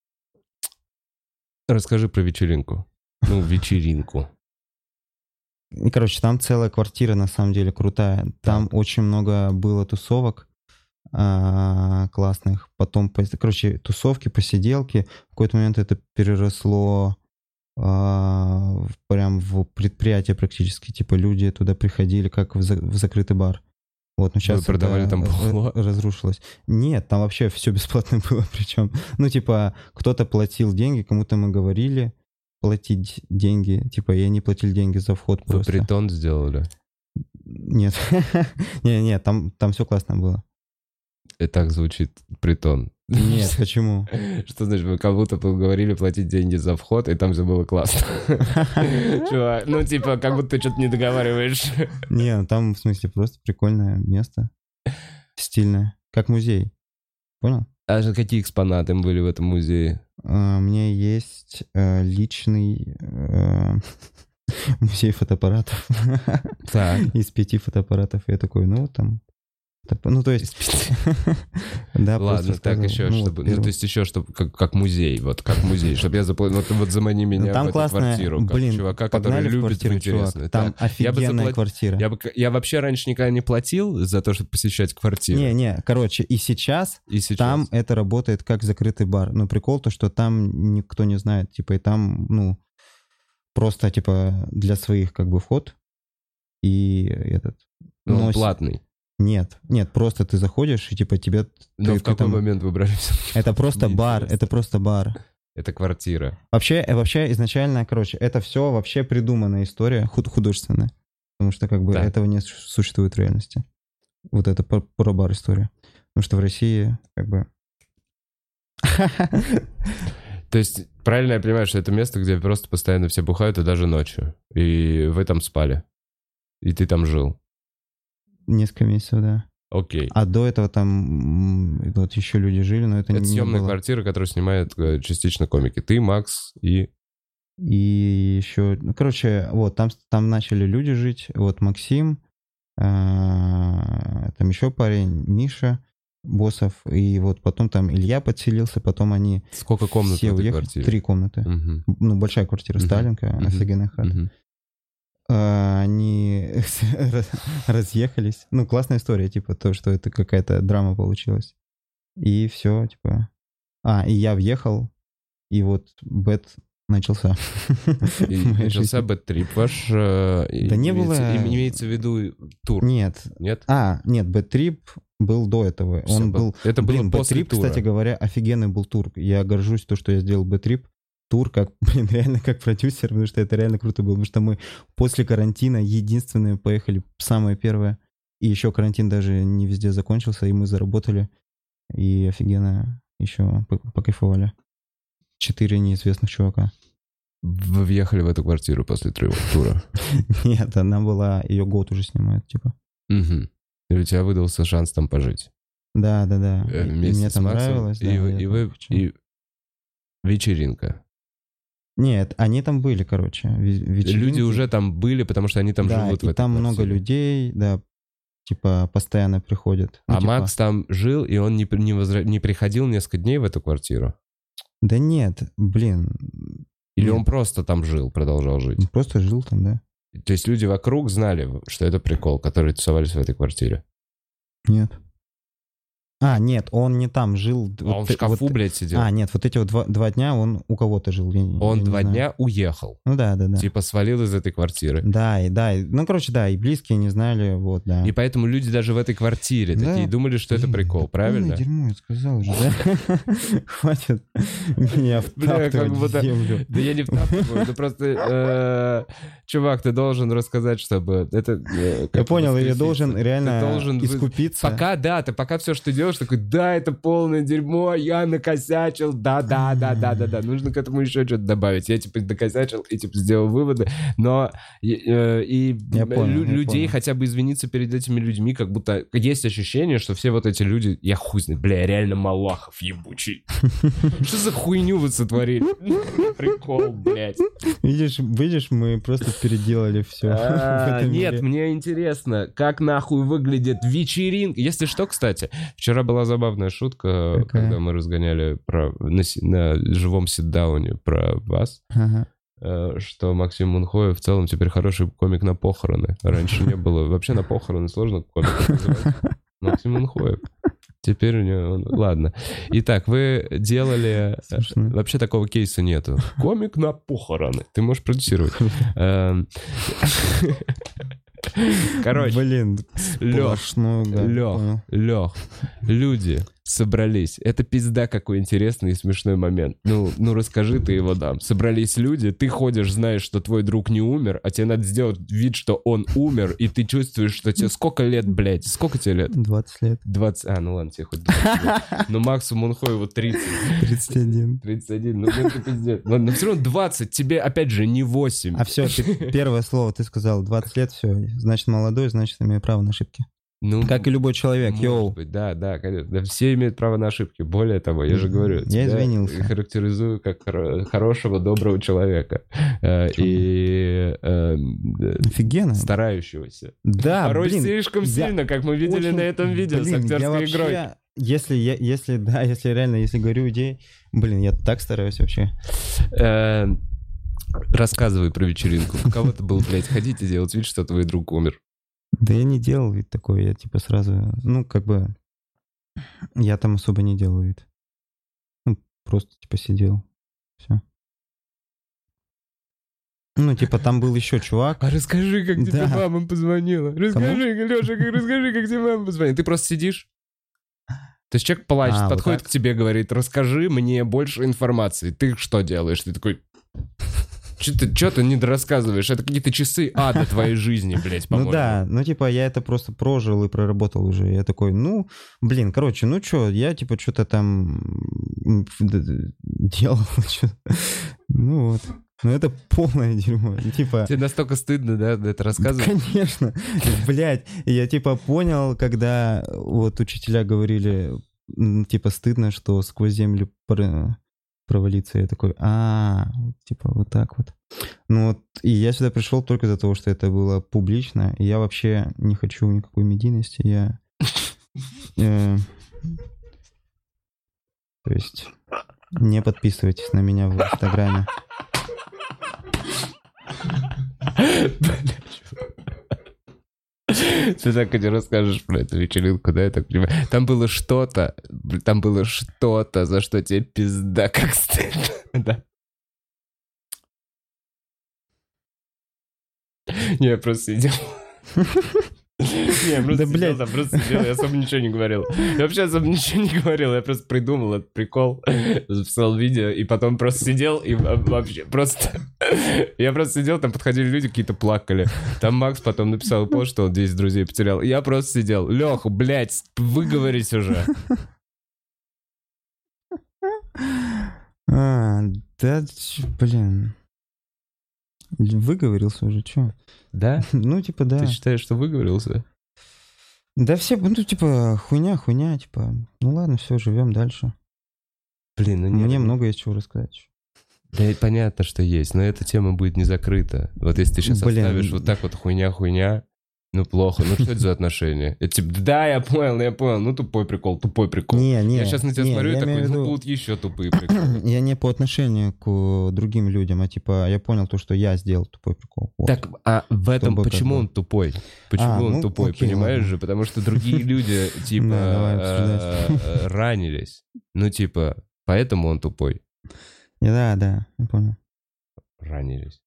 Speaker 2: расскажи про вечеринку. Ну, вечеринку.
Speaker 1: И, короче, там целая квартира, на самом деле, крутая. Там очень много было тусовок а, классных. Потом, пос- короче, тусовки, посиделки. В какой-то момент это переросло а, в- прям в предприятие практически. Типа люди туда приходили, как в, за- в закрытый бар. Вот, но сейчас
Speaker 2: продавали там бухло?
Speaker 1: разрушилось. Нет, там вообще все бесплатно было, причем. Ну, типа, кто-то платил деньги, кому-то мы говорили платить деньги. Типа, я не платил деньги за вход
Speaker 2: Вы
Speaker 1: просто.
Speaker 2: притон сделали?
Speaker 1: Нет. Не, не, там, там все классно было.
Speaker 2: И так звучит притон.
Speaker 1: Нет, почему?
Speaker 2: Что значит, вы как будто говорили платить деньги за вход, и там все было классно. Чувак, ну типа, как будто ты что-то не договариваешь.
Speaker 1: Не, ну там, в смысле, просто прикольное место. Стильное. Как музей. Понял?
Speaker 2: А же какие экспонаты были в этом музее?
Speaker 1: А, У меня есть э, личный э, музей фотоаппаратов.
Speaker 2: Так.
Speaker 1: Из пяти фотоаппаратов. Я такой, ну, вот там Ну, то есть...
Speaker 2: Да, ладно, так еще, чтобы... Ну, то есть еще, чтобы как музей, вот как музей, чтобы я заплатил... Вот замани меня в эту квартиру, как чувака, который любит интересно.
Speaker 1: Там офигенная квартира.
Speaker 2: Я вообще раньше никогда не платил за то, чтобы посещать квартиру.
Speaker 1: Не-не, короче, и сейчас там это работает как закрытый бар. Но прикол то, что там никто не знает, типа, и там, ну, просто, типа, для своих, как бы, вход. И этот...
Speaker 2: Ну, он платный.
Speaker 1: Нет, нет, просто ты заходишь, и типа тебе...
Speaker 2: Но
Speaker 1: ты,
Speaker 2: в какой
Speaker 1: там...
Speaker 2: момент выбрали?
Speaker 1: Это просто бар, это просто бар.
Speaker 2: Это квартира.
Speaker 1: Вообще, вообще изначально, короче, это все вообще придуманная история, худ художественная. Потому что как бы да. этого не существует в реальности. Вот это про бар история. Потому что в России как бы...
Speaker 2: То есть, правильно я понимаю, что это место, где просто постоянно все бухают, и даже ночью. И вы там спали. И ты там жил.
Speaker 1: Несколько месяцев, да.
Speaker 2: Окей.
Speaker 1: А до этого там вот еще люди жили, но это,
Speaker 2: это
Speaker 1: не
Speaker 2: съемная
Speaker 1: было.
Speaker 2: Квартира, которую снимают частично комики. Ты, Макс и...
Speaker 1: И еще... Ну, короче, вот, там, там начали люди жить. Вот Максим, там еще парень, Миша Боссов. И вот потом там Илья подселился, потом они...
Speaker 2: Сколько комнат
Speaker 1: все
Speaker 2: в этой
Speaker 1: уехали.
Speaker 2: квартире?
Speaker 1: Угу. Три комнаты. Угу. Ну, большая квартира, угу. Сталинка, угу. офигенная хата. Угу. Они разъехались. Ну, классная история, типа, то, что это какая-то драма получилась. И все, типа... А, и я въехал, и вот бэт начался.
Speaker 2: И начался бэт-трип ваш?
Speaker 1: Да не было...
Speaker 2: Имеется в виду тур?
Speaker 1: Нет.
Speaker 2: Нет?
Speaker 1: А, нет, бэт-трип был до этого. Он был...
Speaker 2: Это было
Speaker 1: Блин,
Speaker 2: после
Speaker 1: бэт-трип, кстати говоря, офигенный был тур. Я горжусь то, что я сделал бэт-трип. Тур, как, блин, реально как продюсер, потому что это реально круто было, потому что мы после карантина единственные поехали, самое первое, и еще карантин даже не везде закончился, и мы заработали, и офигенно еще покайфовали. Четыре неизвестных чувака.
Speaker 2: Вы въехали в эту квартиру после тура?
Speaker 1: Нет, она была, ее год уже снимают, типа.
Speaker 2: Угу. И у тебя выдался шанс там пожить?
Speaker 1: Да, да, да.
Speaker 2: Вместе
Speaker 1: и мне
Speaker 2: с
Speaker 1: там
Speaker 2: Максом,
Speaker 1: нравилось.
Speaker 2: И,
Speaker 1: да,
Speaker 2: вы, и вы, и вечеринка.
Speaker 1: Нет, они там были, короче. Вечеринки.
Speaker 2: Люди уже там были, потому что они там
Speaker 1: да,
Speaker 2: живут в
Speaker 1: и
Speaker 2: этой
Speaker 1: там
Speaker 2: квартире.
Speaker 1: много людей, да, типа, постоянно приходят. Ну,
Speaker 2: а
Speaker 1: типа...
Speaker 2: Макс там жил, и он не, не, возра... не приходил несколько дней в эту квартиру?
Speaker 1: Да нет, блин.
Speaker 2: Или
Speaker 1: нет.
Speaker 2: он просто там жил, продолжал жить?
Speaker 1: Он просто жил там, да.
Speaker 2: То есть люди вокруг знали, что это прикол, которые тусовались в этой квартире?
Speaker 1: Нет. А, нет, он не там жил.
Speaker 2: А
Speaker 1: вот,
Speaker 2: он в шкафу,
Speaker 1: вот,
Speaker 2: блядь, сидел?
Speaker 1: А, нет, вот эти вот два, два дня он у кого-то жил. Я,
Speaker 2: он
Speaker 1: я
Speaker 2: два
Speaker 1: не
Speaker 2: дня уехал?
Speaker 1: Ну да, да, да.
Speaker 2: Типа свалил из этой квартиры?
Speaker 1: Да, и да. И, ну, короче, да, и близкие не знали, вот, да.
Speaker 2: И поэтому люди даже в этой квартире да. такие думали, что
Speaker 1: Блин,
Speaker 2: это прикол,
Speaker 1: да
Speaker 2: правильно?
Speaker 1: Дерьмо, я сказал же, да? Хватит меня втаптывать в землю.
Speaker 2: Да я не втаптываю, это просто... Чувак, ты должен рассказать, чтобы... это.
Speaker 1: Я понял, я должен реально искупиться.
Speaker 2: Пока, да, ты пока все, что ты делаешь, такой, да, это полное дерьмо, я накосячил, да-да-да-да-да-да. Нужно к этому еще что-то добавить. Я, типа, накосячил и, типа, сделал выводы, но и, и
Speaker 1: понял,
Speaker 2: лю- людей хотя бы извиниться перед этими людьми, как будто есть ощущение, что все вот эти люди, я хуй знает, бля, я реально Малахов ебучий. Что за хуйню вы сотворили? Прикол, блядь.
Speaker 1: Видишь, видишь, мы просто переделали все.
Speaker 2: Нет, мне интересно, как нахуй выглядит вечеринка. Если что, кстати, вчера была забавная шутка,
Speaker 1: Какая?
Speaker 2: когда мы разгоняли про, на, на живом ситдауне про вас,
Speaker 1: ага.
Speaker 2: что Максим Мунхоев в целом теперь хороший комик на похороны. Раньше не было. Вообще на похороны сложно комика называть. Максим Мунхоев. Теперь у него... Ладно. Итак, вы делали...
Speaker 1: Смешно.
Speaker 2: Вообще такого кейса нету. Комик на похороны. Ты можешь продюсировать. Короче.
Speaker 1: Блин,
Speaker 2: Лёх,
Speaker 1: да,
Speaker 2: Лёх, Лёх, люди собрались. Это пизда какой интересный и смешной момент. Ну, ну расскажи ты его дам. Собрались люди, ты ходишь, знаешь, что твой друг не умер, а тебе надо сделать вид, что он умер, и ты чувствуешь, что тебе сколько лет, блядь? Сколько тебе лет?
Speaker 1: двадцать лет.
Speaker 2: двадцать, а, ну ладно, тебе хоть двадцать лет. Но Максу Мунхоеву тридцать.
Speaker 1: тридцать один.
Speaker 2: тридцать один, ну это пиздец. Но, но все равно двадцать, тебе опять же не восемь.
Speaker 1: А все, первое слово ты сказал, двадцать лет, все, значит молодой, значит имею право на ошибки.
Speaker 2: Ну,
Speaker 1: Как и любой человек,
Speaker 2: может
Speaker 1: йоу.
Speaker 2: быть, да, да, конечно. Да, все имеют право на ошибки. Более того, я же говорю,
Speaker 1: Я
Speaker 2: тебя
Speaker 1: извинился.
Speaker 2: характеризую как хоро- хорошего, доброго человека. Э, И э,
Speaker 1: Офигенно.
Speaker 2: старающегося.
Speaker 1: Да,
Speaker 2: Порой
Speaker 1: блин.
Speaker 2: слишком
Speaker 1: я
Speaker 2: сильно, как мы видели
Speaker 1: очень-
Speaker 2: на этом видео
Speaker 1: блин,
Speaker 2: с актерской
Speaker 1: я вообще,
Speaker 2: игрой.
Speaker 1: Если, я, если, да, если реально, если говорю идеи, блин, я так стараюсь вообще.
Speaker 2: Э, Рассказывай про вечеринку. Каково это было, блядь, ходить и делать вид, что твой друг умер?
Speaker 1: Да я не делал вид такой, я типа сразу, ну, как бы, я там особо не делал вид. Ну, просто типа сидел, все. Ну, типа там был еще чувак.
Speaker 2: А расскажи, как тебе
Speaker 1: Да.
Speaker 2: мама позвонила. Расскажи, Леша, как- расскажи, как тебе мама позвонила. Ты просто сидишь? То есть человек плачет,
Speaker 1: А, вот
Speaker 2: подходит
Speaker 1: так?
Speaker 2: к тебе, говорит, расскажи мне больше информации. Ты что делаешь? Ты такой... Что ты, чё ты недорассказываешь? Это какие-то часы ада твоей жизни, блядь, по-моему.
Speaker 1: Ну да, ну типа я это просто прожил и проработал уже. Я такой, ну, блин, короче, ну чё, я типа что-то там м, д- д- делал. чё. Ну вот. Ну это полное дерьмо. Типа,
Speaker 2: Тебе настолько стыдно, да, это рассказывать?
Speaker 1: конечно, блядь, я типа понял, когда вот учителя говорили, м, типа стыдно, что сквозь землю про- провалиться. Я такой, а, вот, типа вот так вот. Ну вот, и я сюда пришел только из-за того, что это было публично, и я вообще не хочу никакой медийности, я... э, То есть, не подписывайтесь на меня в Инстаграме.
Speaker 2: Ты так и не расскажешь про эту вечеринку, да, я так понимаю. Там было что-то, там было что-то, за что тебе пизда как стыдно, да. Не, я просто сидел. Не, я просто
Speaker 1: Да,
Speaker 2: сидел
Speaker 1: блядь.
Speaker 2: там, просто сидел, я особо ничего не говорил. Я вообще особо ничего не говорил, я просто придумал этот прикол, записал видео, и потом просто сидел, и во- вообще просто... Я просто сидел, там подходили люди, какие-то плакали. Там Макс потом написал пост, что он десять друзей потерял. И я просто сидел. Леха, блядь, выговорись уже.
Speaker 1: А, да, чё, блин. Выговорился уже, чё?
Speaker 2: Да?
Speaker 1: Ну, типа, да.
Speaker 2: Ты считаешь, что выговорился?
Speaker 1: Да все, ну, типа, хуйня, хуйня, типа, ну ладно, все, живем дальше.
Speaker 2: Блин, ну не...
Speaker 1: Мне много есть чего рассказать.
Speaker 2: Да и понятно, что есть, но эта тема будет не закрыта. Вот если ты сейчас
Speaker 1: Блин.
Speaker 2: оставишь вот так вот хуйня-хуйня, ну плохо, ну что это за отношения? Это типа, да, я понял, я понял, ну тупой прикол, тупой прикол.
Speaker 1: Не, не,
Speaker 2: Я сейчас на тебя
Speaker 1: не,
Speaker 2: смотрю и
Speaker 1: я
Speaker 2: такой,
Speaker 1: имею в
Speaker 2: ну
Speaker 1: виду-
Speaker 2: будут еще тупые приколы.
Speaker 1: Я не по отношению к другим людям, а типа я понял то, что я сделал тупой прикол. Вот.
Speaker 2: Так, а в этом,
Speaker 1: Чтобы как
Speaker 2: почему
Speaker 1: бы-
Speaker 2: он тупой? Почему
Speaker 1: А,
Speaker 2: он
Speaker 1: ну,
Speaker 2: тупой,
Speaker 1: окей,
Speaker 2: понимаешь
Speaker 1: ладно.
Speaker 2: же? Потому что другие люди, типа,
Speaker 1: Да, давай
Speaker 2: э, э, ранились. Ну, типа, поэтому он тупой.
Speaker 1: Да, да, я понял.
Speaker 2: Ранились.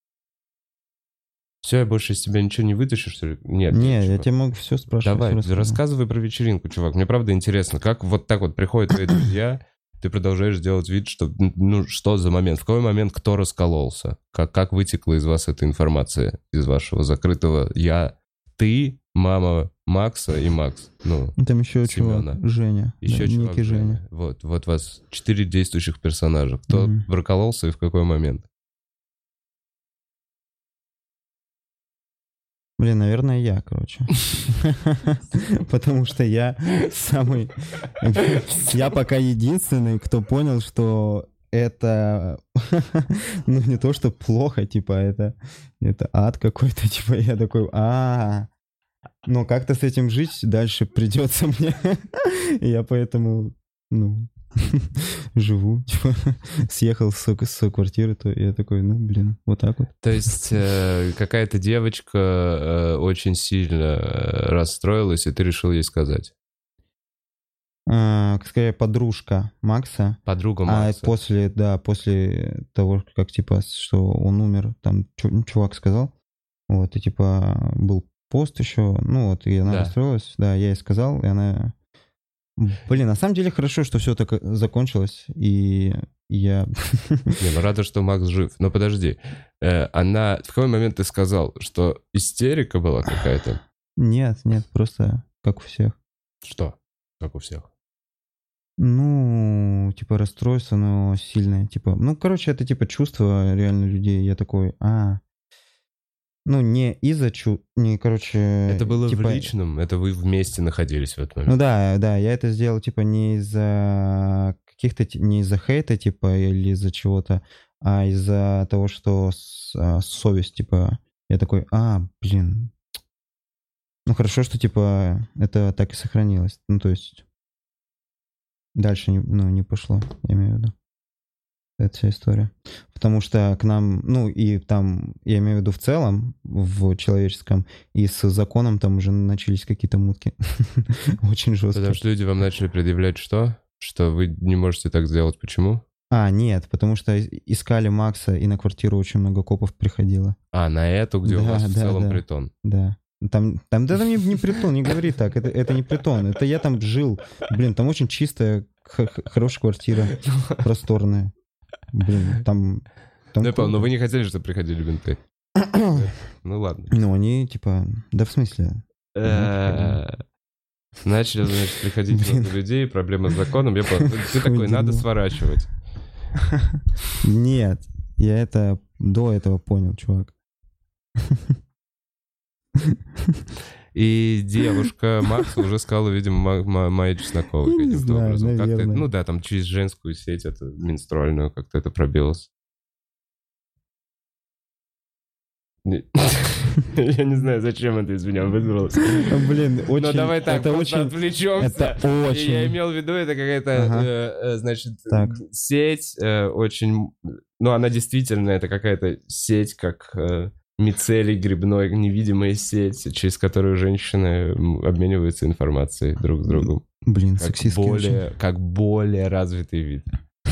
Speaker 2: Все, я больше из тебя ничего не вытащу, что ли? Нет.
Speaker 1: Не, я
Speaker 2: чувак.
Speaker 1: тебе могу все спрашивать.
Speaker 2: Давай,
Speaker 1: всё рассказывай.
Speaker 2: рассказывай про вечеринку, чувак. Мне правда интересно, как вот так вот приходят твои друзья, ты продолжаешь делать вид, что, ну, что за момент, в какой момент кто раскололся, как, как вытекла из вас эта информация, из вашего закрытого «я», ты, мама Макса и Макс, ну,
Speaker 1: Там еще
Speaker 2: Семёна.
Speaker 1: чувак, Женя.
Speaker 2: еще
Speaker 1: да,
Speaker 2: чувак
Speaker 1: некий Женя.
Speaker 2: Женя. Вот, вот вас четыре действующих персонажа. Кто
Speaker 1: Мгм.
Speaker 2: раскололся и в какой момент?
Speaker 1: Блин, наверное, я, короче. Потому что я самый... Я пока единственный, кто понял, что это... Ну, не то, что плохо, типа, это... Это ад какой-то, типа, я такой, а но как-то с этим жить дальше придется мне. И я поэтому, ну, живу, типа, съехал с со- с квартиры, то я такой, ну, блин, вот так вот.
Speaker 2: То есть э, какая-то девочка э, очень сильно э, расстроилась, и ты решил ей сказать.
Speaker 1: А, скорее, подружка Макса.
Speaker 2: Подруга
Speaker 1: А
Speaker 2: Макса.
Speaker 1: после, да, после того, как, типа, что он умер, там чу- чувак сказал, вот, и, типа, был пост еще, ну, вот, и она
Speaker 2: Да.
Speaker 1: расстроилась, да, я ей сказал, и она... Блин, на самом деле хорошо, что все так закончилось, и я...
Speaker 2: Не, ну рада, что Макс жив. Но подожди, э, она... В какой момент ты сказал, что истерика была какая-то?
Speaker 1: Нет, нет, просто как у всех.
Speaker 2: Что? Как у всех.
Speaker 1: Ну, типа, расстройство, но сильное, типа... Ну, короче, это, типа, чувство реально людей. Я такой, а... Ну, не из-за чу... Не, короче...
Speaker 2: Это было
Speaker 1: типа...
Speaker 2: в личном? Это вы вместе находились в этот момент?
Speaker 1: Ну да, да, я это сделал, типа, не из-за каких-то... Не из-за хейта, типа, или из-за чего-то, а из-за того, что с, а, совесть, типа... Я такой, а, блин... Ну, хорошо, что, типа, это так и сохранилось. Ну, то есть... Дальше, не, ну, не пошло, я имею в виду. Это вся история. Потому что к нам, ну и там, я имею в виду в целом, в человеческом, и с законом там уже начались какие-то мутки. Очень жесткие.
Speaker 2: Потому что люди вам начали предъявлять что? Что вы не можете так сделать. Почему?
Speaker 1: А, нет, потому что искали Макса, и на квартиру очень много копов приходило.
Speaker 2: А, на эту, где
Speaker 1: Да,
Speaker 2: у вас в
Speaker 1: да,
Speaker 2: целом
Speaker 1: да.
Speaker 2: притон.
Speaker 1: Да. Там, там, да, там не, не притон, не говори так, это, это не притон, это я там жил. Блин, там очень чистая, х- х- хорошая квартира, просторная. Блин, там... там
Speaker 2: Ну, я понял, но
Speaker 1: круто.
Speaker 2: вы не хотели, чтобы приходили менты. Ну ладно.
Speaker 1: Ну, они, типа, да в смысле?
Speaker 2: Э, Начали, значит, приходить
Speaker 1: Блин.
Speaker 2: много людей, проблемы с законом. Я понял. Ты такой, надо
Speaker 1: дерьмо.
Speaker 2: сворачивать.
Speaker 1: Нет, я это до этого понял, чувак.
Speaker 2: И девушка Макса уже сказала, видимо, Ма- Ма- Майе Чесноковой
Speaker 1: Я не
Speaker 2: каким-то
Speaker 1: знаю,
Speaker 2: образом. Как ты-
Speaker 1: наверное.
Speaker 2: ну да, там через женскую сеть, это менструальную, как-то это пробилось. Не- Я не знаю, зачем это из меня выбралось.
Speaker 1: Блин, очень...
Speaker 2: Но давай так,
Speaker 1: это
Speaker 2: просто
Speaker 1: очень...
Speaker 2: отвлечемся.
Speaker 1: Это очень...
Speaker 2: Я имел в виду, это какая-то,
Speaker 1: Ага.
Speaker 2: э, э, значит,
Speaker 1: Так.
Speaker 2: сеть э, очень... Ну, она действительно, это какая-то сеть, как э, мицелий грибной, невидимая сеть, через которую женщины м, обмениваются информацией друг с другом.
Speaker 1: Блин,
Speaker 2: Как
Speaker 1: сексистский
Speaker 2: более, как более развитый вид.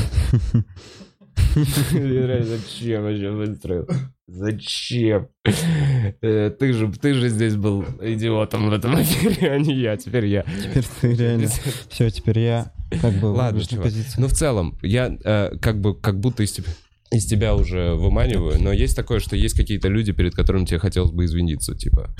Speaker 2: Мне нравится, зачем вообще выстроил? Зачем? Э, Ты же, ты же здесь был идиотом в этом эфире, а не я. Теперь я.
Speaker 1: Теперь ты реально... Все, теперь я как бы
Speaker 2: Ладно,
Speaker 1: выигрышной
Speaker 2: чувак.
Speaker 1: позиции.
Speaker 2: Ну, в целом, я э, как бы как будто из тебя, из тебя уже выманиваю, но есть такое, что есть какие-то люди, перед которыми тебе хотелось бы извиниться, типа.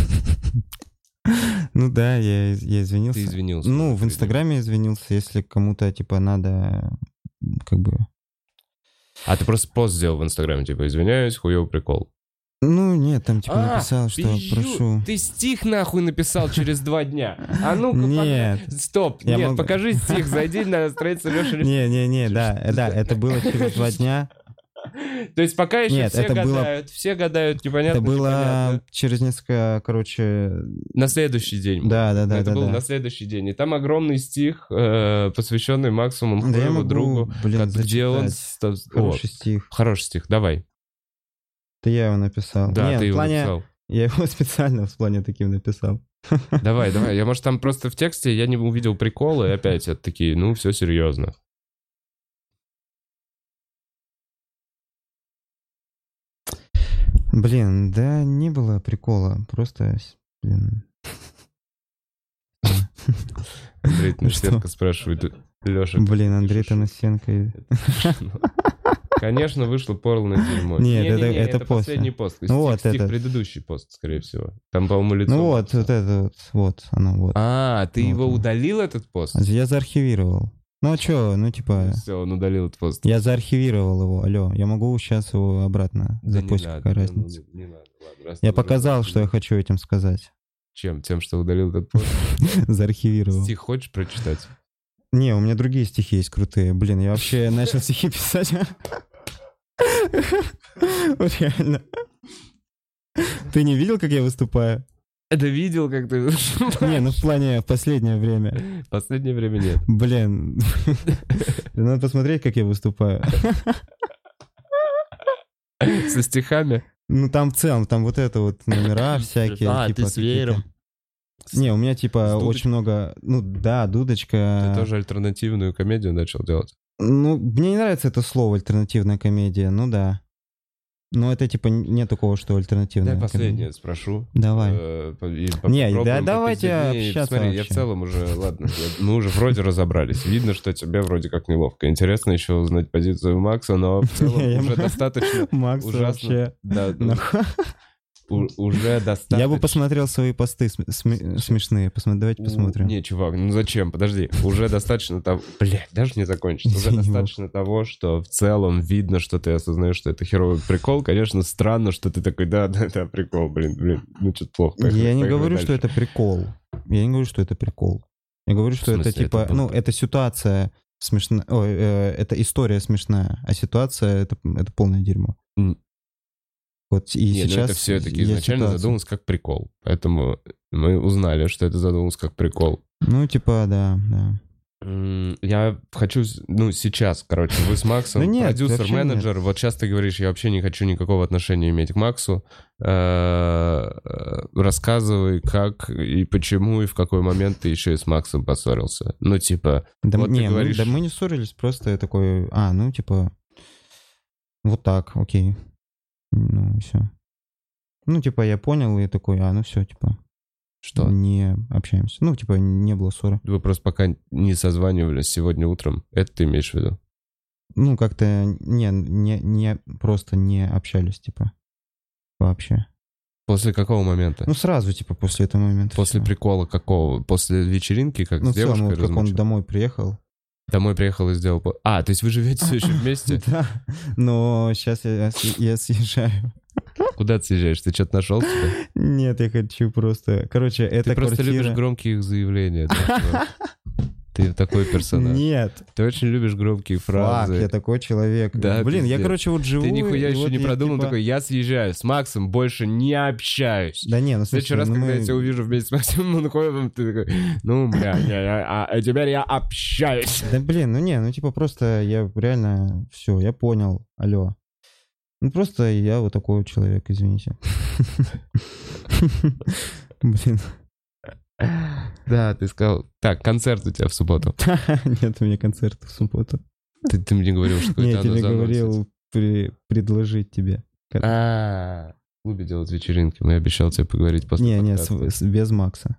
Speaker 1: Ну да, я, я извинился.
Speaker 2: Ты извинился.
Speaker 1: Ну, в
Speaker 2: Ты
Speaker 1: Инстаграме извинился, если кому-то, типа, надо, как бы...
Speaker 2: А ты просто пост сделал в Инстаграме, типа, извиняюсь, хуёвый прикол.
Speaker 1: Ну, нет, там, типа,
Speaker 2: А,
Speaker 1: написал, что
Speaker 2: пизжу,
Speaker 1: прошу...
Speaker 2: Ты стих нахуй написал через два дня. А ну-ка,
Speaker 1: Нет.
Speaker 2: пока- стоп,
Speaker 1: Я
Speaker 2: нет,
Speaker 1: могу-
Speaker 2: покажи стих, зайди на страницу Лёши Лешенко.
Speaker 1: Не-не-не, да, э, да, это было через два дня.
Speaker 2: То есть пока еще
Speaker 1: Нет,
Speaker 2: все
Speaker 1: это было-
Speaker 2: гадают, все гадают, непонятно,
Speaker 1: Это было
Speaker 2: непонятно.
Speaker 1: через несколько, короче...
Speaker 2: На следующий день.
Speaker 1: Да, да, да,
Speaker 2: Это
Speaker 1: да,
Speaker 2: было
Speaker 1: да.
Speaker 2: на следующий день. И там огромный стих, э, посвященный Максу
Speaker 1: Да я
Speaker 2: Манхоеву,
Speaker 1: могу,
Speaker 2: другу.
Speaker 1: блин,
Speaker 2: как- где он...
Speaker 1: зачитать.
Speaker 2: ста-
Speaker 1: Хороший
Speaker 2: О,
Speaker 1: стих.
Speaker 2: хороший стих, давай.
Speaker 1: Это я его написал.
Speaker 2: Да,
Speaker 1: Не,
Speaker 2: ты
Speaker 1: в
Speaker 2: его
Speaker 1: плане...
Speaker 2: написал.
Speaker 1: Я его специально в плане таким написал.
Speaker 2: Давай, давай. Я, может, там просто в тексте я не увидел приколы, и опять это такие, ну, все серьезно.
Speaker 1: Блин, да не было прикола. Просто, блин...
Speaker 2: Андрей
Speaker 1: Ну что?
Speaker 2: Тнущенко спрашивает, Леша.
Speaker 1: Блин, Андрей Танасенко...
Speaker 2: Конечно, вышло порно дерьмо.
Speaker 1: Нет, это-
Speaker 2: Не-не-не,
Speaker 1: это
Speaker 2: это
Speaker 1: после.
Speaker 2: последний пост.
Speaker 1: Ну
Speaker 2: Стих-
Speaker 1: вот
Speaker 2: стих
Speaker 1: этот.
Speaker 2: предыдущий пост, скорее всего. Там, по-моему, лицо.
Speaker 1: Ну вот,
Speaker 2: написал.
Speaker 1: вот это вот, вот оно, вот.
Speaker 2: А, ты
Speaker 1: Вот
Speaker 2: его
Speaker 1: он.
Speaker 2: удалил, этот пост?
Speaker 1: Я заархивировал. Ну а чё, ну типа...
Speaker 2: Все, он удалил этот пост.
Speaker 1: Я заархивировал его, алло. Я могу сейчас его обратно
Speaker 2: Да не
Speaker 1: запостить,
Speaker 2: надо,
Speaker 1: какая
Speaker 2: ну,
Speaker 1: разница.
Speaker 2: ну, не надо, ладно, раз
Speaker 1: Я
Speaker 2: ты уже
Speaker 1: показал, что я
Speaker 2: заархивировал.
Speaker 1: хочу этим сказать.
Speaker 2: Чем? Тем, что удалил этот пост?
Speaker 1: Заархивировал.
Speaker 2: Стих хочешь прочитать?
Speaker 1: Не, у меня другие стихи есть крутые. Блин, я вообще начал стихи писать. Вот реально. Ты не видел, как я выступаю?
Speaker 2: Это видел, как ты...
Speaker 1: Не, ну в плане в последнее время.
Speaker 2: В последнее время нет.
Speaker 1: Блин. Надо посмотреть, как я выступаю.
Speaker 2: Со стихами?
Speaker 1: Ну там в целом, там вот это вот номера всякие.
Speaker 2: А,
Speaker 1: типа,
Speaker 2: ты с веером?
Speaker 1: какие-то. Не, у меня
Speaker 2: С
Speaker 1: типа
Speaker 2: дудочкой?
Speaker 1: очень много... Ну да, дудочка.
Speaker 2: Ты тоже альтернативную комедию начал делать?
Speaker 1: Ну, мне не нравится это слово альтернативная комедия, ну да. Но это типа нет такого, что альтернативная
Speaker 2: Дай последнее
Speaker 1: комедия.
Speaker 2: спрошу.
Speaker 1: Давай.
Speaker 2: Э, по- и по-
Speaker 1: Не,
Speaker 2: попробуем
Speaker 1: да давайте
Speaker 2: попиздеть. Не,
Speaker 1: общаться
Speaker 2: Смотри, я в
Speaker 1: вообще.
Speaker 2: целом уже, ладно, я- мы уже вроде разобрались. Видно, что тебе вроде как неловко. Интересно еще узнать позицию Макса, но в целом
Speaker 1: Не, я
Speaker 2: уже
Speaker 1: м-
Speaker 2: достаточно
Speaker 1: Макс
Speaker 2: ужасно.
Speaker 1: вообще...
Speaker 2: Да, ну,
Speaker 1: нахуй.
Speaker 2: У- уже достаточно.
Speaker 1: Я бы посмотрел свои посты см- см- смешные. Посмотри, давайте посмотрим.
Speaker 2: Не, чувак, ну зачем? Подожди. Уже достаточно того... Блядь, даже не закончить. Уже
Speaker 1: Извини,
Speaker 2: достаточно того, что в целом видно, что ты осознаешь, что это херовый прикол. Конечно, странно, что ты такой, да, да, да, прикол, блин, блин, ну что-то плохо. Поехали,
Speaker 1: Я не
Speaker 2: поехали
Speaker 1: говорю,
Speaker 2: дальше.
Speaker 1: что это прикол. Я не говорю, что это прикол. Я говорю, что
Speaker 2: В смысле,
Speaker 1: это типа,
Speaker 2: это был-
Speaker 1: ну, это ситуация смешная, ой, э, это история смешная, а ситуация это, это полное дерьмо.
Speaker 2: М.
Speaker 1: Вот и
Speaker 2: Не, ну
Speaker 1: сейчас
Speaker 2: это все-таки
Speaker 1: есть
Speaker 2: изначально
Speaker 1: ситуация.
Speaker 2: задумалось как прикол. Поэтому мы узнали, что это задумалось как прикол.
Speaker 1: Ну, типа, да, да.
Speaker 2: М, Я хочу, с- ну, сейчас, короче, вы с Максом,
Speaker 1: Да нет,
Speaker 2: продюсер,
Speaker 1: вообще
Speaker 2: менеджер, вот сейчас ты говоришь, я вообще не хочу никакого отношения иметь к Максу. Э, э, Рассказывай, как и почему, и в какой момент ты еще и с Максом поссорился. Ну, типа,
Speaker 1: Да,
Speaker 2: вот
Speaker 1: не,
Speaker 2: ты
Speaker 1: мы-
Speaker 2: говоришь...
Speaker 1: да мы не ссорились, просто я такой, а, ну, типа, вот так, окей. Ну, и все. Ну, типа, я понял, и такой, а, ну все, типа,
Speaker 2: Что?
Speaker 1: не общаемся. Ну, типа, не было ссоры.
Speaker 2: Вы просто пока не созванивались сегодня утром. Это ты имеешь в виду?
Speaker 1: Ну, как-то не, не, не, просто не общались, типа, вообще.
Speaker 2: После какого момента?
Speaker 1: Ну, сразу, типа, после этого момента.
Speaker 2: После
Speaker 1: всё.
Speaker 2: прикола какого? После вечеринки, как
Speaker 1: Ну,
Speaker 2: с
Speaker 1: в целом,
Speaker 2: девушкой
Speaker 1: вот как он
Speaker 2: размучил?
Speaker 1: домой приехал.
Speaker 2: Домой приехал и сделал... по- А, то есть вы живете все еще вместе?
Speaker 1: Да, но сейчас я, я съезжаю.
Speaker 2: Куда ты съезжаешь? Ты что-то нашел себе?
Speaker 1: Нет, я хочу просто... Короче, это
Speaker 2: Ты просто
Speaker 1: квартира...
Speaker 2: любишь громкие их заявления. да, чувак? Ты такой персонаж.
Speaker 1: Нет,
Speaker 2: Ты очень любишь громкие
Speaker 1: фак,
Speaker 2: фразы.
Speaker 1: я такой человек.
Speaker 2: Да,
Speaker 1: Блин, я,
Speaker 2: пиздец.
Speaker 1: короче, вот живу...
Speaker 2: Ты нихуя
Speaker 1: и
Speaker 2: еще
Speaker 1: вот
Speaker 2: не
Speaker 1: я,
Speaker 2: продумал,
Speaker 1: типа-
Speaker 2: такой, я съезжаю, с Максом больше не общаюсь.
Speaker 1: Да не, ну,
Speaker 2: В следующий
Speaker 1: слушай,
Speaker 2: раз,
Speaker 1: ну,
Speaker 2: когда
Speaker 1: мы-
Speaker 2: я тебя увижу вместе с Максимом Мунхоевым, ты такой, ну, бля, не, я- а, а теперь я общаюсь.
Speaker 1: Да блин, ну не, ну типа просто я реально... Все, я понял, алло. Ну просто я вот такой вот человек, извините. Блин.
Speaker 2: Да, ты сказал, так, концерт у тебя в субботу.
Speaker 1: Нет, у меня концерт в субботу.
Speaker 2: Ты, ты мне говорил, что
Speaker 1: Не, я
Speaker 2: какой-то
Speaker 1: тебе
Speaker 2: анонс.
Speaker 1: говорил при- предложить тебе.
Speaker 2: А, в клубе делать вечеринки. Мы обещал тебе поговорить после
Speaker 1: Не, не,
Speaker 2: подкаста.
Speaker 1: с- с- без Макса.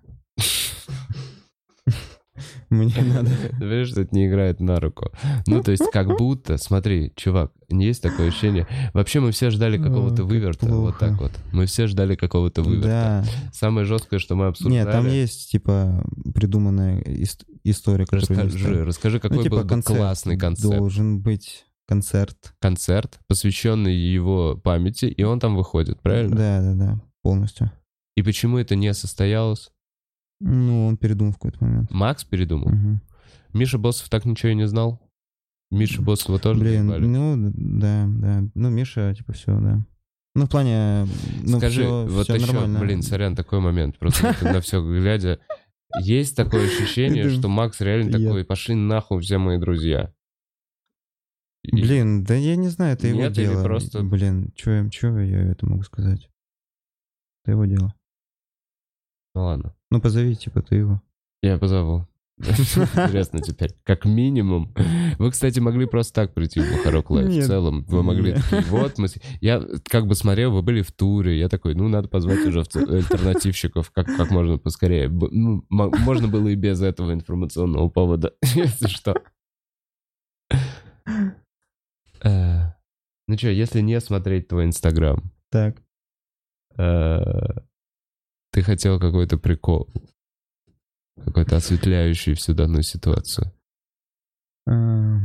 Speaker 1: Мне надо...
Speaker 2: Ты видишь, что это не играет на руку. Ну, то есть, как будто, смотри, чувак, есть такое ощущение. Вообще, мы все ждали какого-то
Speaker 1: Ой, как
Speaker 2: выверта. Вот
Speaker 1: плохо.
Speaker 2: так вот. Мы все ждали какого-то выверта.
Speaker 1: Да.
Speaker 2: Самое жесткое, что мы обсуждали.
Speaker 1: Нет, там есть, типа, придуманная ис- история, которую не
Speaker 2: Расскажи,
Speaker 1: стоит.
Speaker 2: расскажи, какой
Speaker 1: Ну, типа,
Speaker 2: был бы
Speaker 1: концерт.
Speaker 2: классный концерт.
Speaker 1: Должен быть концерт.
Speaker 2: Концерт, посвященный его памяти, и он там выходит, правильно?
Speaker 1: Да, да, да, полностью.
Speaker 2: И почему это не состоялось?
Speaker 1: Ну, он передумал в какой-то момент.
Speaker 2: Макс передумал.
Speaker 1: Мгм.
Speaker 2: Миша Боссов так ничего и не знал. Миша Боссова тоже
Speaker 1: Блин,
Speaker 2: наебали.
Speaker 1: ну, да, да. Ну, Миша, типа, все, да. Ну, в плане... Ну,
Speaker 2: Скажи,
Speaker 1: всё-
Speaker 2: вот
Speaker 1: всё
Speaker 2: еще,
Speaker 1: нормально.
Speaker 2: блин, сорян, такой момент, просто вот на все глядя. Есть такое ощущение,
Speaker 1: Это-
Speaker 2: что Макс реально
Speaker 1: я-
Speaker 2: такой, пошли нахуй все мои друзья. И-
Speaker 1: Блин, да я не знаю, это его
Speaker 2: Нет, или
Speaker 1: дело.
Speaker 2: просто-
Speaker 1: Блин, что я это могу сказать? Это его дело.
Speaker 2: Ну ладно,
Speaker 1: Ну, позови, типа, ты его.
Speaker 2: я позову. Интересно теперь. Как минимум. Вы, кстати, могли просто так прийти в Бухарок Лайв. В
Speaker 1: Нет.
Speaker 2: целом, вы могли
Speaker 1: Нет.
Speaker 2: такие, вот мы... с- Я как бы смотрел, вы были в туре. Я такой, ну, надо позвать уже в ц- альтернативщиков как, как можно поскорее. Б- Ну, мо- можно было и без этого информационного повода, если что. Э, Ну что, если не смотреть твой Инстаграм,
Speaker 1: Так.
Speaker 2: э, ты хотел какой-то прикол, какой-то осветляющий всю данную ситуацию.
Speaker 1: А,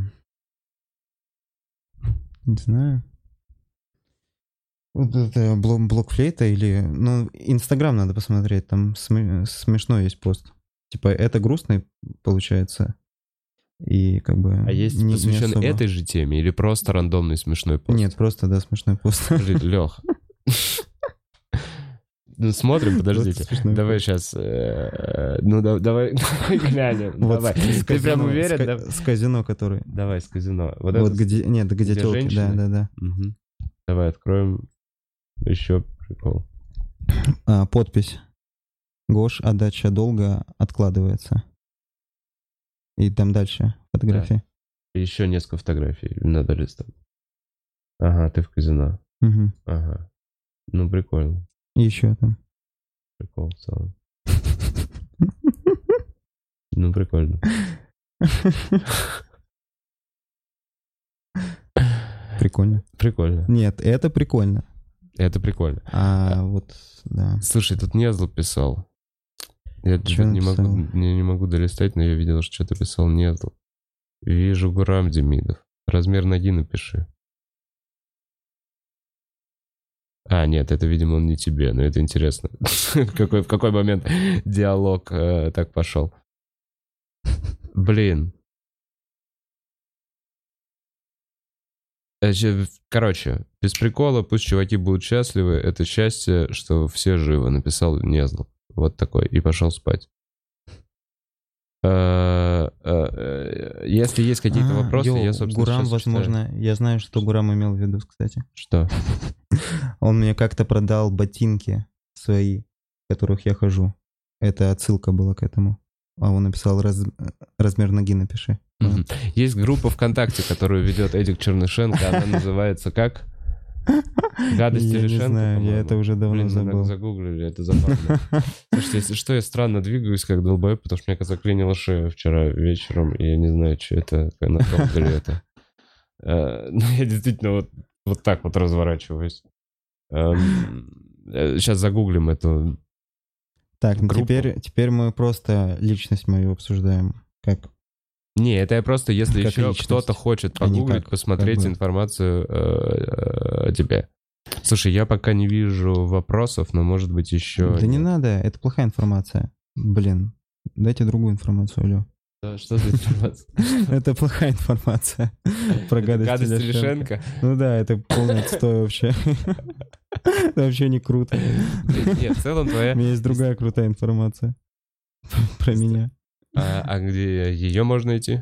Speaker 1: Не знаю. Вот это блок, блокфлейта или... Ну, Инстаграм надо посмотреть, там см- смешной есть пост. Типа, это грустный, получается. И как бы...
Speaker 2: А есть
Speaker 1: не- не
Speaker 2: посвященный
Speaker 1: особо.
Speaker 2: этой же теме или просто рандомный смешной пост?
Speaker 1: Нет, просто, да, смешной пост.
Speaker 2: Подожди, Лех. Ну, смотрим, подождите.
Speaker 1: Просто смешной
Speaker 2: Давай
Speaker 1: пост.
Speaker 2: сейчас... Ну, да- давай давай глянем.
Speaker 1: Вот
Speaker 2: Давай.
Speaker 1: с- с
Speaker 2: Ты прям
Speaker 1: казино,
Speaker 2: уверен?
Speaker 1: с ка-
Speaker 2: Да-
Speaker 1: с казино, который...
Speaker 2: Давай, с казино. Вот
Speaker 1: Вот
Speaker 2: это-
Speaker 1: где... Нет, где,
Speaker 2: где
Speaker 1: тёлки,
Speaker 2: женщины?
Speaker 1: да, да, да.
Speaker 2: Мгм. Давай откроем еще прикол.
Speaker 1: А, подпись. Гош, отдача долго откладывается. И там дальше фотографии.
Speaker 2: Еще несколько фотографий. Надо листать. Ага, ты в казино.
Speaker 1: Мгм.
Speaker 2: Ага. Ну, прикольно.
Speaker 1: И еще там.
Speaker 2: Прикол в целом. Ну, прикольно.
Speaker 1: Прикольно.
Speaker 2: Прикольно.
Speaker 1: Нет, это прикольно.
Speaker 2: Это прикольно.
Speaker 1: А, а вот, да.
Speaker 2: Слушай, тут Незл писал. Я
Speaker 1: Чё
Speaker 2: не
Speaker 1: написал?
Speaker 2: могу, не, не могу долистать, но я видел, что что-то писал Незл. Вижу Гурам Демидов. Размер ноги напиши. А, нет, это, видимо, он не тебе, но это интересно. какой, в какой момент диалог э, так пошел. Блин. Короче, без прикола, пусть чуваки будут счастливы. Это счастье, что все живы, написал Незл. Вот такой. И пошел спать. Если есть какие-то
Speaker 1: А,
Speaker 2: вопросы,
Speaker 1: йоу,
Speaker 2: я, собственно,
Speaker 1: Гурам,
Speaker 2: сейчас
Speaker 1: возможно, я знаю, что Гурам имел в виду, кстати.
Speaker 2: Что?
Speaker 1: Он мне как-то продал ботинки свои, в которых я хожу. Это отсылка была к этому. А он написал раз, размер ноги напиши.
Speaker 2: Мгм. Есть группа ВКонтакте, которую ведет Эдик Чернышенко. Она называется как? Гадости
Speaker 1: Я не
Speaker 2: Лишенко,
Speaker 1: знаю, я
Speaker 2: по-моему.
Speaker 1: это уже давно
Speaker 2: Блин, мы
Speaker 1: забыл.
Speaker 2: загуглили, это забавно. Слушайте, если что, я странно двигаюсь, как долбоеб, потому что меня заклинило шею вчера вечером, и я не знаю, что это, надолго ли это. Э, Ну, я действительно вот, вот так вот разворачиваюсь. Сейчас загуглим эту...
Speaker 1: Так, ну
Speaker 2: группу.
Speaker 1: теперь, теперь мы просто личность мою обсуждаем. Как?
Speaker 2: Не, это я просто, если
Speaker 1: Как
Speaker 2: еще
Speaker 1: личность,
Speaker 2: кто-то хочет
Speaker 1: а не
Speaker 2: погуглить,
Speaker 1: как-
Speaker 2: посмотреть
Speaker 1: как бы.
Speaker 2: информацию э, э, о тебе. Слушай, я пока не вижу вопросов, но может быть еще...
Speaker 1: Да не
Speaker 2: нет.
Speaker 1: надо, это плохая информация. Блин, дайте другую информацию, алло.
Speaker 2: Да, Что за информация?
Speaker 1: Это плохая информация про гадости
Speaker 2: Гадости
Speaker 1: Лишенко.
Speaker 2: Лишенко?
Speaker 1: Ну да, это полный отстой вообще. Это вообще не круто.
Speaker 2: Блин, Нет, в целом
Speaker 1: У
Speaker 2: твоя...
Speaker 1: меня есть другая крутая информация про меня.
Speaker 2: А, а где ее можно найти?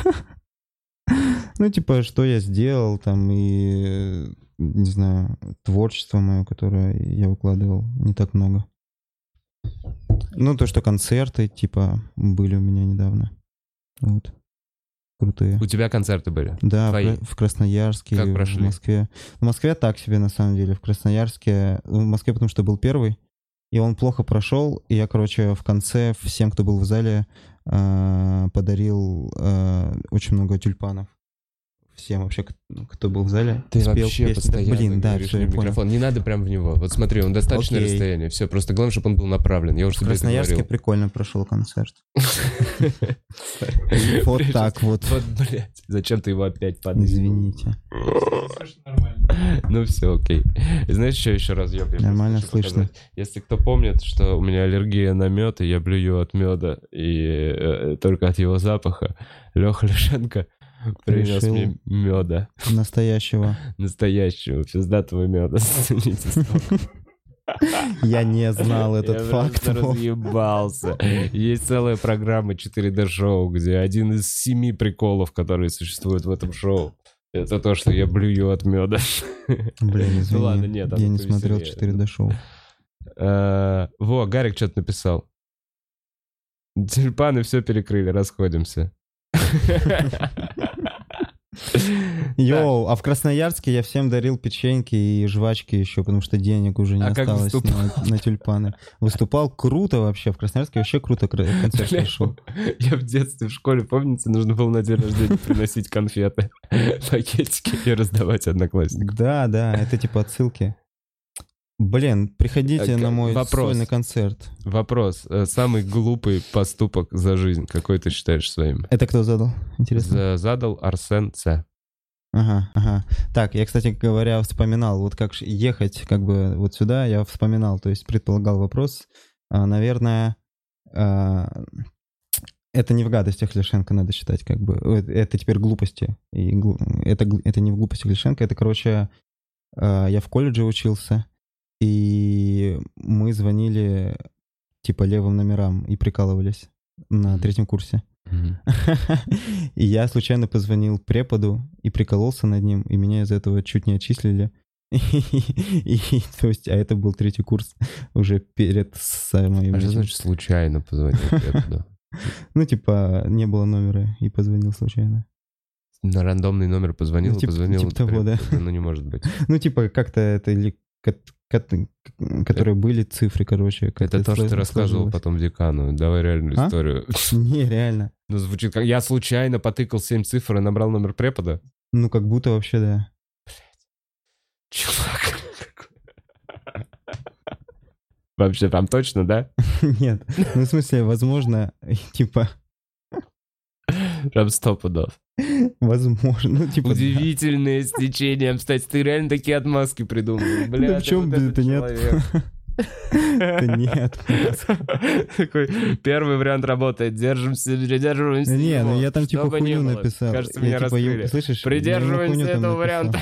Speaker 1: Ну, типа, что я сделал там и, не знаю, творчество мое, которое я выкладывал, не так много. Ну, то, что концерты, типа, были у меня недавно. Вот. Крутые.
Speaker 2: У тебя концерты были?
Speaker 1: Да, в,
Speaker 2: Твои?
Speaker 1: Кра- в Красноярске
Speaker 2: Как
Speaker 1: или
Speaker 2: прошли?
Speaker 1: в Москве. В Москве так себе, на самом деле. В Красноярске... В Москве, потому что был первый, и он плохо прошел. И я, короче, в конце всем, кто был в зале, э, подарил э, очень много тюльпанов. Всем вообще, к- кто был в зале.
Speaker 2: Ты
Speaker 1: спел
Speaker 2: вообще
Speaker 1: песни.
Speaker 2: постоянно
Speaker 1: Блин, да,
Speaker 2: говоришь
Speaker 1: все,
Speaker 2: в
Speaker 1: я понял.
Speaker 2: микрофон. Не надо прям в него. Вот смотри, он достаточно
Speaker 1: Окей.
Speaker 2: расстояние. Все, просто главное, чтобы он был направлен. Я уже
Speaker 1: В
Speaker 2: тебе это
Speaker 1: Красноярске
Speaker 2: говорил.
Speaker 1: прикольно прошел концерт. Вот так вот.
Speaker 2: Вот, блядь, зачем ты его опять подвинул?
Speaker 1: Извините.
Speaker 2: Ну все, окей. И знаешь, что еще раз я
Speaker 1: Нормально слышно.
Speaker 2: Если кто помнит, что у меня аллергия на мед, и я блюю от меда, и э, только от его запаха, Леха Лишенко принес
Speaker 1: Решил.
Speaker 2: мне меда.
Speaker 1: Настоящего.
Speaker 2: Настоящего, пиздатого меда. Зацените сколько.
Speaker 1: Я не знал этот
Speaker 2: Я
Speaker 1: факт.
Speaker 2: просто разъебался. Есть целая программа четыре дэ-шоу, где один из семи приколов, которые существуют в этом шоу, это то, что я блюю от меда.
Speaker 1: Блин, извини.
Speaker 2: Ну ладно, нет,
Speaker 1: я
Speaker 2: оно
Speaker 1: не смотрел
Speaker 2: повеселее.
Speaker 1: четыре дэ шоу.
Speaker 2: Э, Во, Гарик что-то написал. Тюльпаны все перекрыли, расходимся.
Speaker 1: Йоу, а в Красноярске я всем дарил печеньки и жвачки еще, потому что денег уже не
Speaker 2: А как
Speaker 1: осталось
Speaker 2: выступал?
Speaker 1: на, на тюльпаны. Выступал круто вообще, в Красноярске вообще круто кр- концерт
Speaker 2: Бля,
Speaker 1: прошел.
Speaker 2: Я в детстве в школе, помните, нужно было на день рождения приносить конфеты, пакетики и раздавать одноклассникам.
Speaker 1: Да, да, это типа отсылки. Блин, приходите
Speaker 2: А,
Speaker 1: на
Speaker 2: к-
Speaker 1: мой
Speaker 2: вопрос.
Speaker 1: сольный концерт.
Speaker 2: Вопрос. Э, Самый глупый поступок за жизнь, какой ты считаешь своим?
Speaker 1: Это кто задал? Интересно.
Speaker 2: За- Задал Арсен Ц.
Speaker 1: Ага, ага. Так, я, кстати говоря, вспоминал, вот как ш- ехать как бы вот сюда, я вспоминал, то есть предполагал вопрос. А, наверное, а, это не в гадостях Лишенко надо считать, как бы. Э, Это теперь глупости. И глу- это, гл- это не в глупостях Лишенко, это, короче, а, я в колледже учился, и мы звонили типа левым номерам и прикалывались на третьем курсе. И я случайно позвонил преподу и прикололся над ним, и меня из-за этого чуть не отчислили. И, то есть, а это был третий курс уже перед самой...
Speaker 2: А что
Speaker 1: этим.
Speaker 2: значит случайно позвонил преподу?
Speaker 1: Ну, типа, не было номера, и позвонил случайно.
Speaker 2: На рандомный номер позвонил
Speaker 1: Ну,
Speaker 2: и
Speaker 1: типа-
Speaker 2: позвонил.
Speaker 1: типа того,
Speaker 2: преподу.
Speaker 1: да.
Speaker 2: Это, Ну, не может быть.
Speaker 1: Ну, типа, как-то это... или кот- кот- которые были цифры, короче. как-то
Speaker 2: Это то, что ты
Speaker 1: сло-
Speaker 2: рассказывал
Speaker 1: сложилось.
Speaker 2: потом декану. Давай реальную
Speaker 1: А?
Speaker 2: историю.
Speaker 1: Не, реально.
Speaker 2: Ну, звучит как... Я случайно потыкал семь цифр и набрал номер препода.
Speaker 1: Ну, как будто вообще, да.
Speaker 2: Чувак. Вообще, там точно, да?
Speaker 1: Нет, ну в смысле, возможно, типа...
Speaker 2: Прям сто пудов.
Speaker 1: Возможно, ну типа...
Speaker 2: Удивительное стечение обстоятельств. Ты реально такие отмазки придумал. Бля,
Speaker 1: Да в чем
Speaker 2: вот
Speaker 1: это нет? Это нет.
Speaker 2: Такой, первый вариант работает. Держимся, придерживаемся.
Speaker 1: Не, ну я там
Speaker 2: Что
Speaker 1: типа
Speaker 2: бы ни
Speaker 1: хуйню
Speaker 2: было.
Speaker 1: написал.
Speaker 2: Кажется,
Speaker 1: Я,
Speaker 2: меня
Speaker 1: типа, ему-
Speaker 2: раскрыли.
Speaker 1: Слышишь? я ему
Speaker 2: Придерживаемся
Speaker 1: хуйню там
Speaker 2: этого
Speaker 1: написал.
Speaker 2: варианта.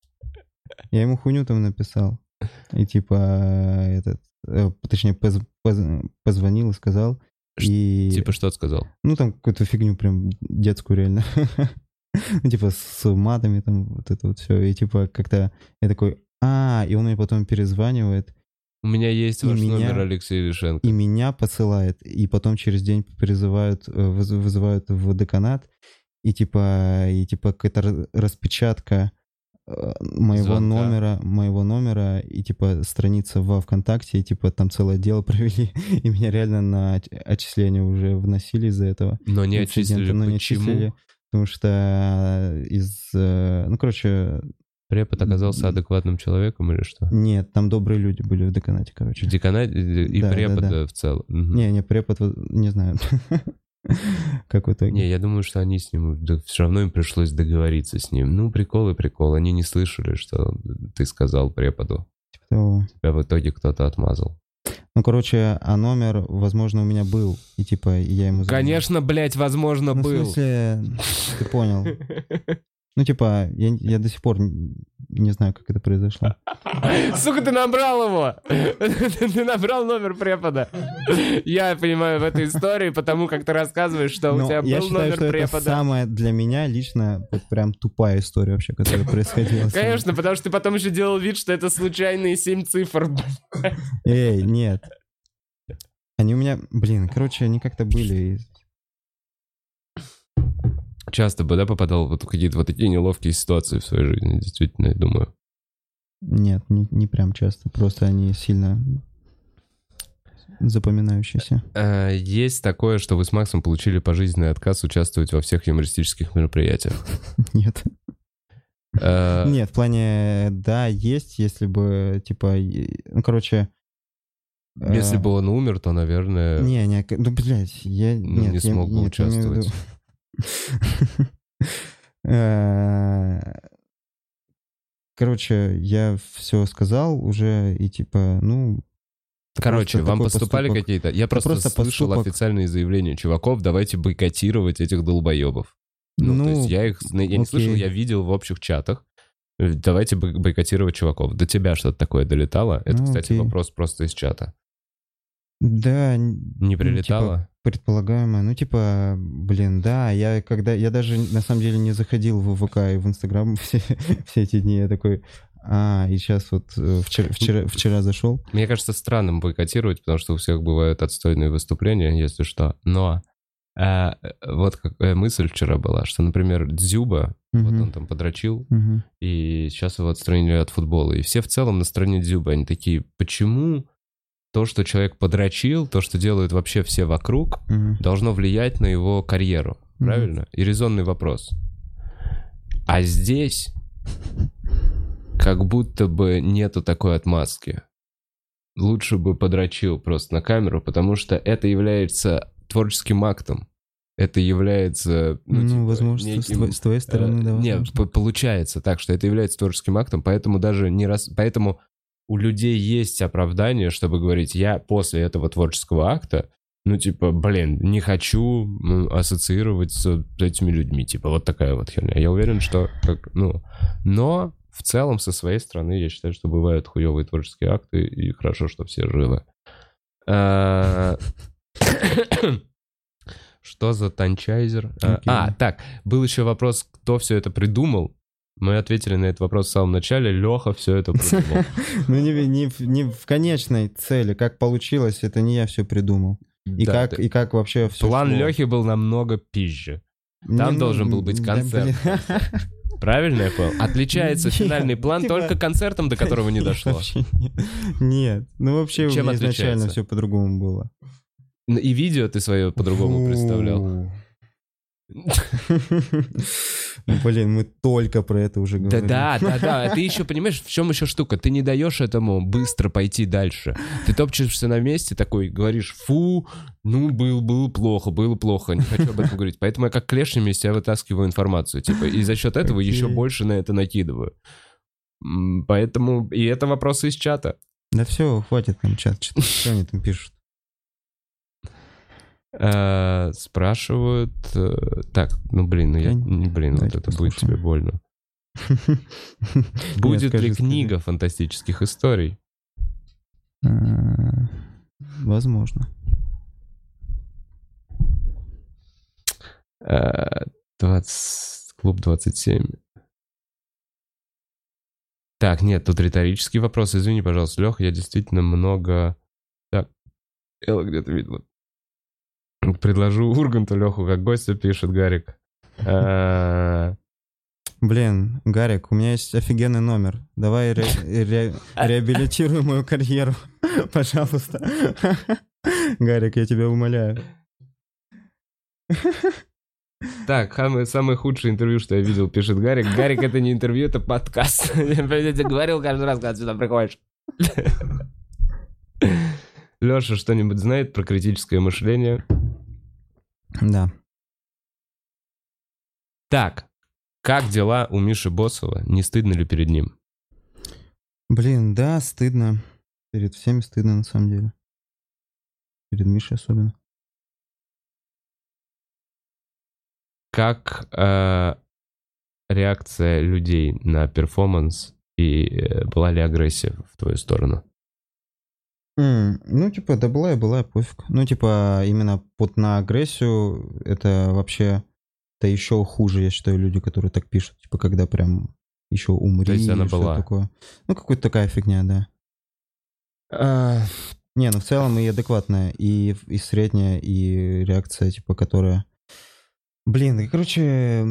Speaker 1: Я ему хуйню там написал. И типа этот, э, точнее, поз- поз- позвонил и сказал. И,
Speaker 2: Типа что сказал?
Speaker 1: ну там какую-то фигню прям детскую реально. Ну, типа с матами там вот это вот все. И типа как-то я такой, а, и он мне потом перезванивает.
Speaker 2: У меня есть
Speaker 1: И
Speaker 2: ваш
Speaker 1: меня-
Speaker 2: номер, Алексей Лишенко.
Speaker 1: И меня посылает, и потом через день призывают, э, выз- вызывают в деканат, и типа, и типа какая-то ра- распечатка э, моего
Speaker 2: Звонка.
Speaker 1: номера, моего номера, и типа страница во ВКонтакте, и типа там целое дело провели, и меня реально на оч- отчисление уже вносили из-за этого.
Speaker 2: Но не
Speaker 1: Инцидента,
Speaker 2: отчислили.
Speaker 1: но не
Speaker 2: Почему?
Speaker 1: отчислили, потому что из, э, ну короче,
Speaker 2: Препод оказался адекватным человеком или что?
Speaker 1: нет, там добрые люди были в деканате, короче.
Speaker 2: В деканате и
Speaker 1: Да, да,
Speaker 2: препода
Speaker 1: да.
Speaker 2: в целом. Мгм.
Speaker 1: Не, не, препод, вот, не знаю, как в итоге.
Speaker 2: Не, я думаю, что они с ним... Да, все равно им пришлось договориться с ним. Ну, прикол и прикол. Они не слышали, что ты сказал преподу.
Speaker 1: Того.
Speaker 2: Тебя в итоге кто-то отмазал.
Speaker 1: Ну, короче, а номер, возможно, у меня был, и типа я ему... звонил.
Speaker 2: Конечно, блядь, возможно,
Speaker 1: Ну, в
Speaker 2: был.
Speaker 1: смысле, ты понял. Ну, типа, я, я до сих пор н- не знаю, как это произошло.
Speaker 2: Сука, ты набрал его! Ты набрал номер препода. Я понимаю в этой истории, потому как ты рассказываешь, что у
Speaker 1: Но
Speaker 2: тебя
Speaker 1: я
Speaker 2: был
Speaker 1: считаю,
Speaker 2: номер
Speaker 1: что это
Speaker 2: препода.
Speaker 1: самая для меня лично вот прям тупая история вообще, которая происходила. со мной.
Speaker 2: Конечно, потому что ты потом еще делал вид, что это случайные семь цифр.
Speaker 1: Эй, нет. Они у меня, блин, короче, они как-то были. и-
Speaker 2: Часто бы, да, попадал вот в какие-то вот такие неловкие ситуации в своей жизни, действительно, я думаю.
Speaker 1: Нет, не, не прям часто, просто они сильно запоминающиеся.
Speaker 2: Э, Есть такое, что вы с Максом получили пожизненный отказ участвовать во всех юмористических мероприятиях.
Speaker 1: Нет.
Speaker 2: Э,
Speaker 1: Нет, в плане, да, есть, если бы, типа, и- ну, короче... э,
Speaker 2: Если бы он умер, то, наверное...
Speaker 1: Не, не, к- ну, блядь, я...
Speaker 2: Ну,
Speaker 1: нет,
Speaker 2: не
Speaker 1: я-
Speaker 2: смог бы
Speaker 1: нет, я имею в виду-
Speaker 2: участвовать.
Speaker 1: Э, Короче, я все сказал уже, и типа, ну...
Speaker 2: Короче,
Speaker 1: просто
Speaker 2: вам
Speaker 1: такой
Speaker 2: поступали
Speaker 1: поступок.
Speaker 2: какие-то... Я просто,
Speaker 1: просто
Speaker 2: слышал
Speaker 1: поступок.
Speaker 2: официальные заявления чуваков, давайте бойкотировать этих долбоебов. Ну,
Speaker 1: Ну,
Speaker 2: то есть я их... Я не слышал,
Speaker 1: окей.
Speaker 2: я видел в общих чатах. Э, Давайте бой- бойкотировать чуваков. До тебя что-то такое долетало? Это,
Speaker 1: Ну,
Speaker 2: кстати,
Speaker 1: окей.
Speaker 2: вопрос просто из чата.
Speaker 1: Да, н-
Speaker 2: Не
Speaker 1: ну,
Speaker 2: прилетало?
Speaker 1: типа, предполагаемо. Ну, типа, блин, да, я когда... Я даже, на самом деле, не заходил в ВК и в Инстаграм все, все эти дни. Я такой... А, и сейчас вот э, вчера, вчера, вчера зашел.
Speaker 2: Мне кажется странным бойкотировать, потому что у всех бывают отстойные выступления, если что. Но э, вот какая мысль вчера была, что, например, Дзюба, вот
Speaker 1: Мгм.
Speaker 2: он там подрочил,
Speaker 1: Мгм.
Speaker 2: и сейчас его отстранили от футбола. И все в целом на стороне Дзюбы. Они такие, почему то, что человек подрочил, то, что делают вообще все вокруг,
Speaker 1: Мгм.
Speaker 2: должно влиять на его карьеру?
Speaker 1: Мгм.
Speaker 2: Правильно? И резонный вопрос. А здесь как будто бы нету такой отмазки. Лучше бы подрочил просто на камеру, потому что это является творческим актом. Это является...
Speaker 1: Ну,
Speaker 2: типа,
Speaker 1: возможно, с,
Speaker 2: неким,
Speaker 1: твоей, с твоей стороны,
Speaker 2: э,
Speaker 1: да.
Speaker 2: Не,
Speaker 1: возможно.
Speaker 2: п- получается так, что это является творческим актом, поэтому даже не раз... Поэтому у людей есть оправдание, чтобы говорить, я после этого творческого акта, ну, типа, блин, не хочу м, ассоциировать с этими людьми. Типа, вот такая вот херня. Я уверен, что... Как, ну, но в целом, со своей стороны, я считаю, что бывают хуевые творческие акты, и хорошо, что все живы. А, Что за танчайзер? А,
Speaker 1: Окей.
Speaker 2: А, так, был еще вопрос, кто все это придумал. Мы ответили на этот вопрос в самом начале. Леха все это придумал.
Speaker 1: Ну, не, в- не, в- не в конечной цели. Как получилось, это не я все придумал. И,
Speaker 2: Да,
Speaker 1: как,
Speaker 2: ты-
Speaker 1: и как вообще все
Speaker 2: План Лехи был намного пизже. Там должен был быть концерт. Правильно я понял? Отличается
Speaker 1: Нет,
Speaker 2: финальный план
Speaker 1: типа-
Speaker 2: только концертом, до которого не дошло.
Speaker 1: Вообще нет. Нет. Ну, вообще у
Speaker 2: Чем
Speaker 1: меня изначально
Speaker 2: отличается?
Speaker 1: все по-другому было.
Speaker 2: И видео ты свое по-другому представлял.
Speaker 1: Фу. Блин, мы только про это уже говорим.
Speaker 2: Да, да, да, да. Ты еще понимаешь, в чем еще штука? Ты не даешь этому быстро пойти дальше. Ты топчешься на месте, такой говоришь, фу, ну, был, было плохо, было плохо, не хочу об этом говорить. Поэтому я как клешнями из себя вытаскиваю информацию, типа, и за счет этого еще больше на это накидываю. Поэтому, и это вопросы из чата.
Speaker 1: Да все, хватит нам чат, что они там пишут.
Speaker 2: Uh, спрашивают... Uh, так, ну блин, ну я... Не, блин, вот это будет тебе больно. Будет ли книга фантастических историй?
Speaker 1: Возможно.
Speaker 2: Клуб двадцать семь. Так, нет, тут риторический вопрос. Извини, пожалуйста, Лех, я действительно много... Так, Элла где-то видно. Предложу Урганту Леху как гостя, пишет Гарик.
Speaker 1: Блин, Гарик, у меня есть офигенный номер. Давай ре- ре- реабилитируй мою карьеру, пожалуйста. Гарик, я тебя умоляю.
Speaker 2: Так, самое худшее интервью, что я видел, пишет Гарик. Гарик, это не интервью, это подкаст. Я тебе говорил каждый раз, когда сюда приходишь. Леша что-нибудь знает про критическое мышление?
Speaker 1: Да.
Speaker 2: Так, как дела у Миши Боссова? Не стыдно ли перед ним?
Speaker 1: Блин, да, стыдно. Перед всеми стыдно, на самом деле. Перед Мишей особенно.
Speaker 2: Как э, реакция людей на перформанс и э, была ли агрессия в твою сторону?
Speaker 1: Mm, ну, типа, да была и была, пофиг. Ну, типа, именно вот на агрессию это вообще... Это еще хуже, я считаю, люди, которые так пишут. Типа, когда прям еще умри.
Speaker 2: То есть она
Speaker 1: или
Speaker 2: была?
Speaker 1: Такое. Ну, какая-то такая фигня, да.
Speaker 2: А...
Speaker 1: Не, ну в целом и адекватная, и, и средняя, и реакция, типа, которая... Блин, и, короче...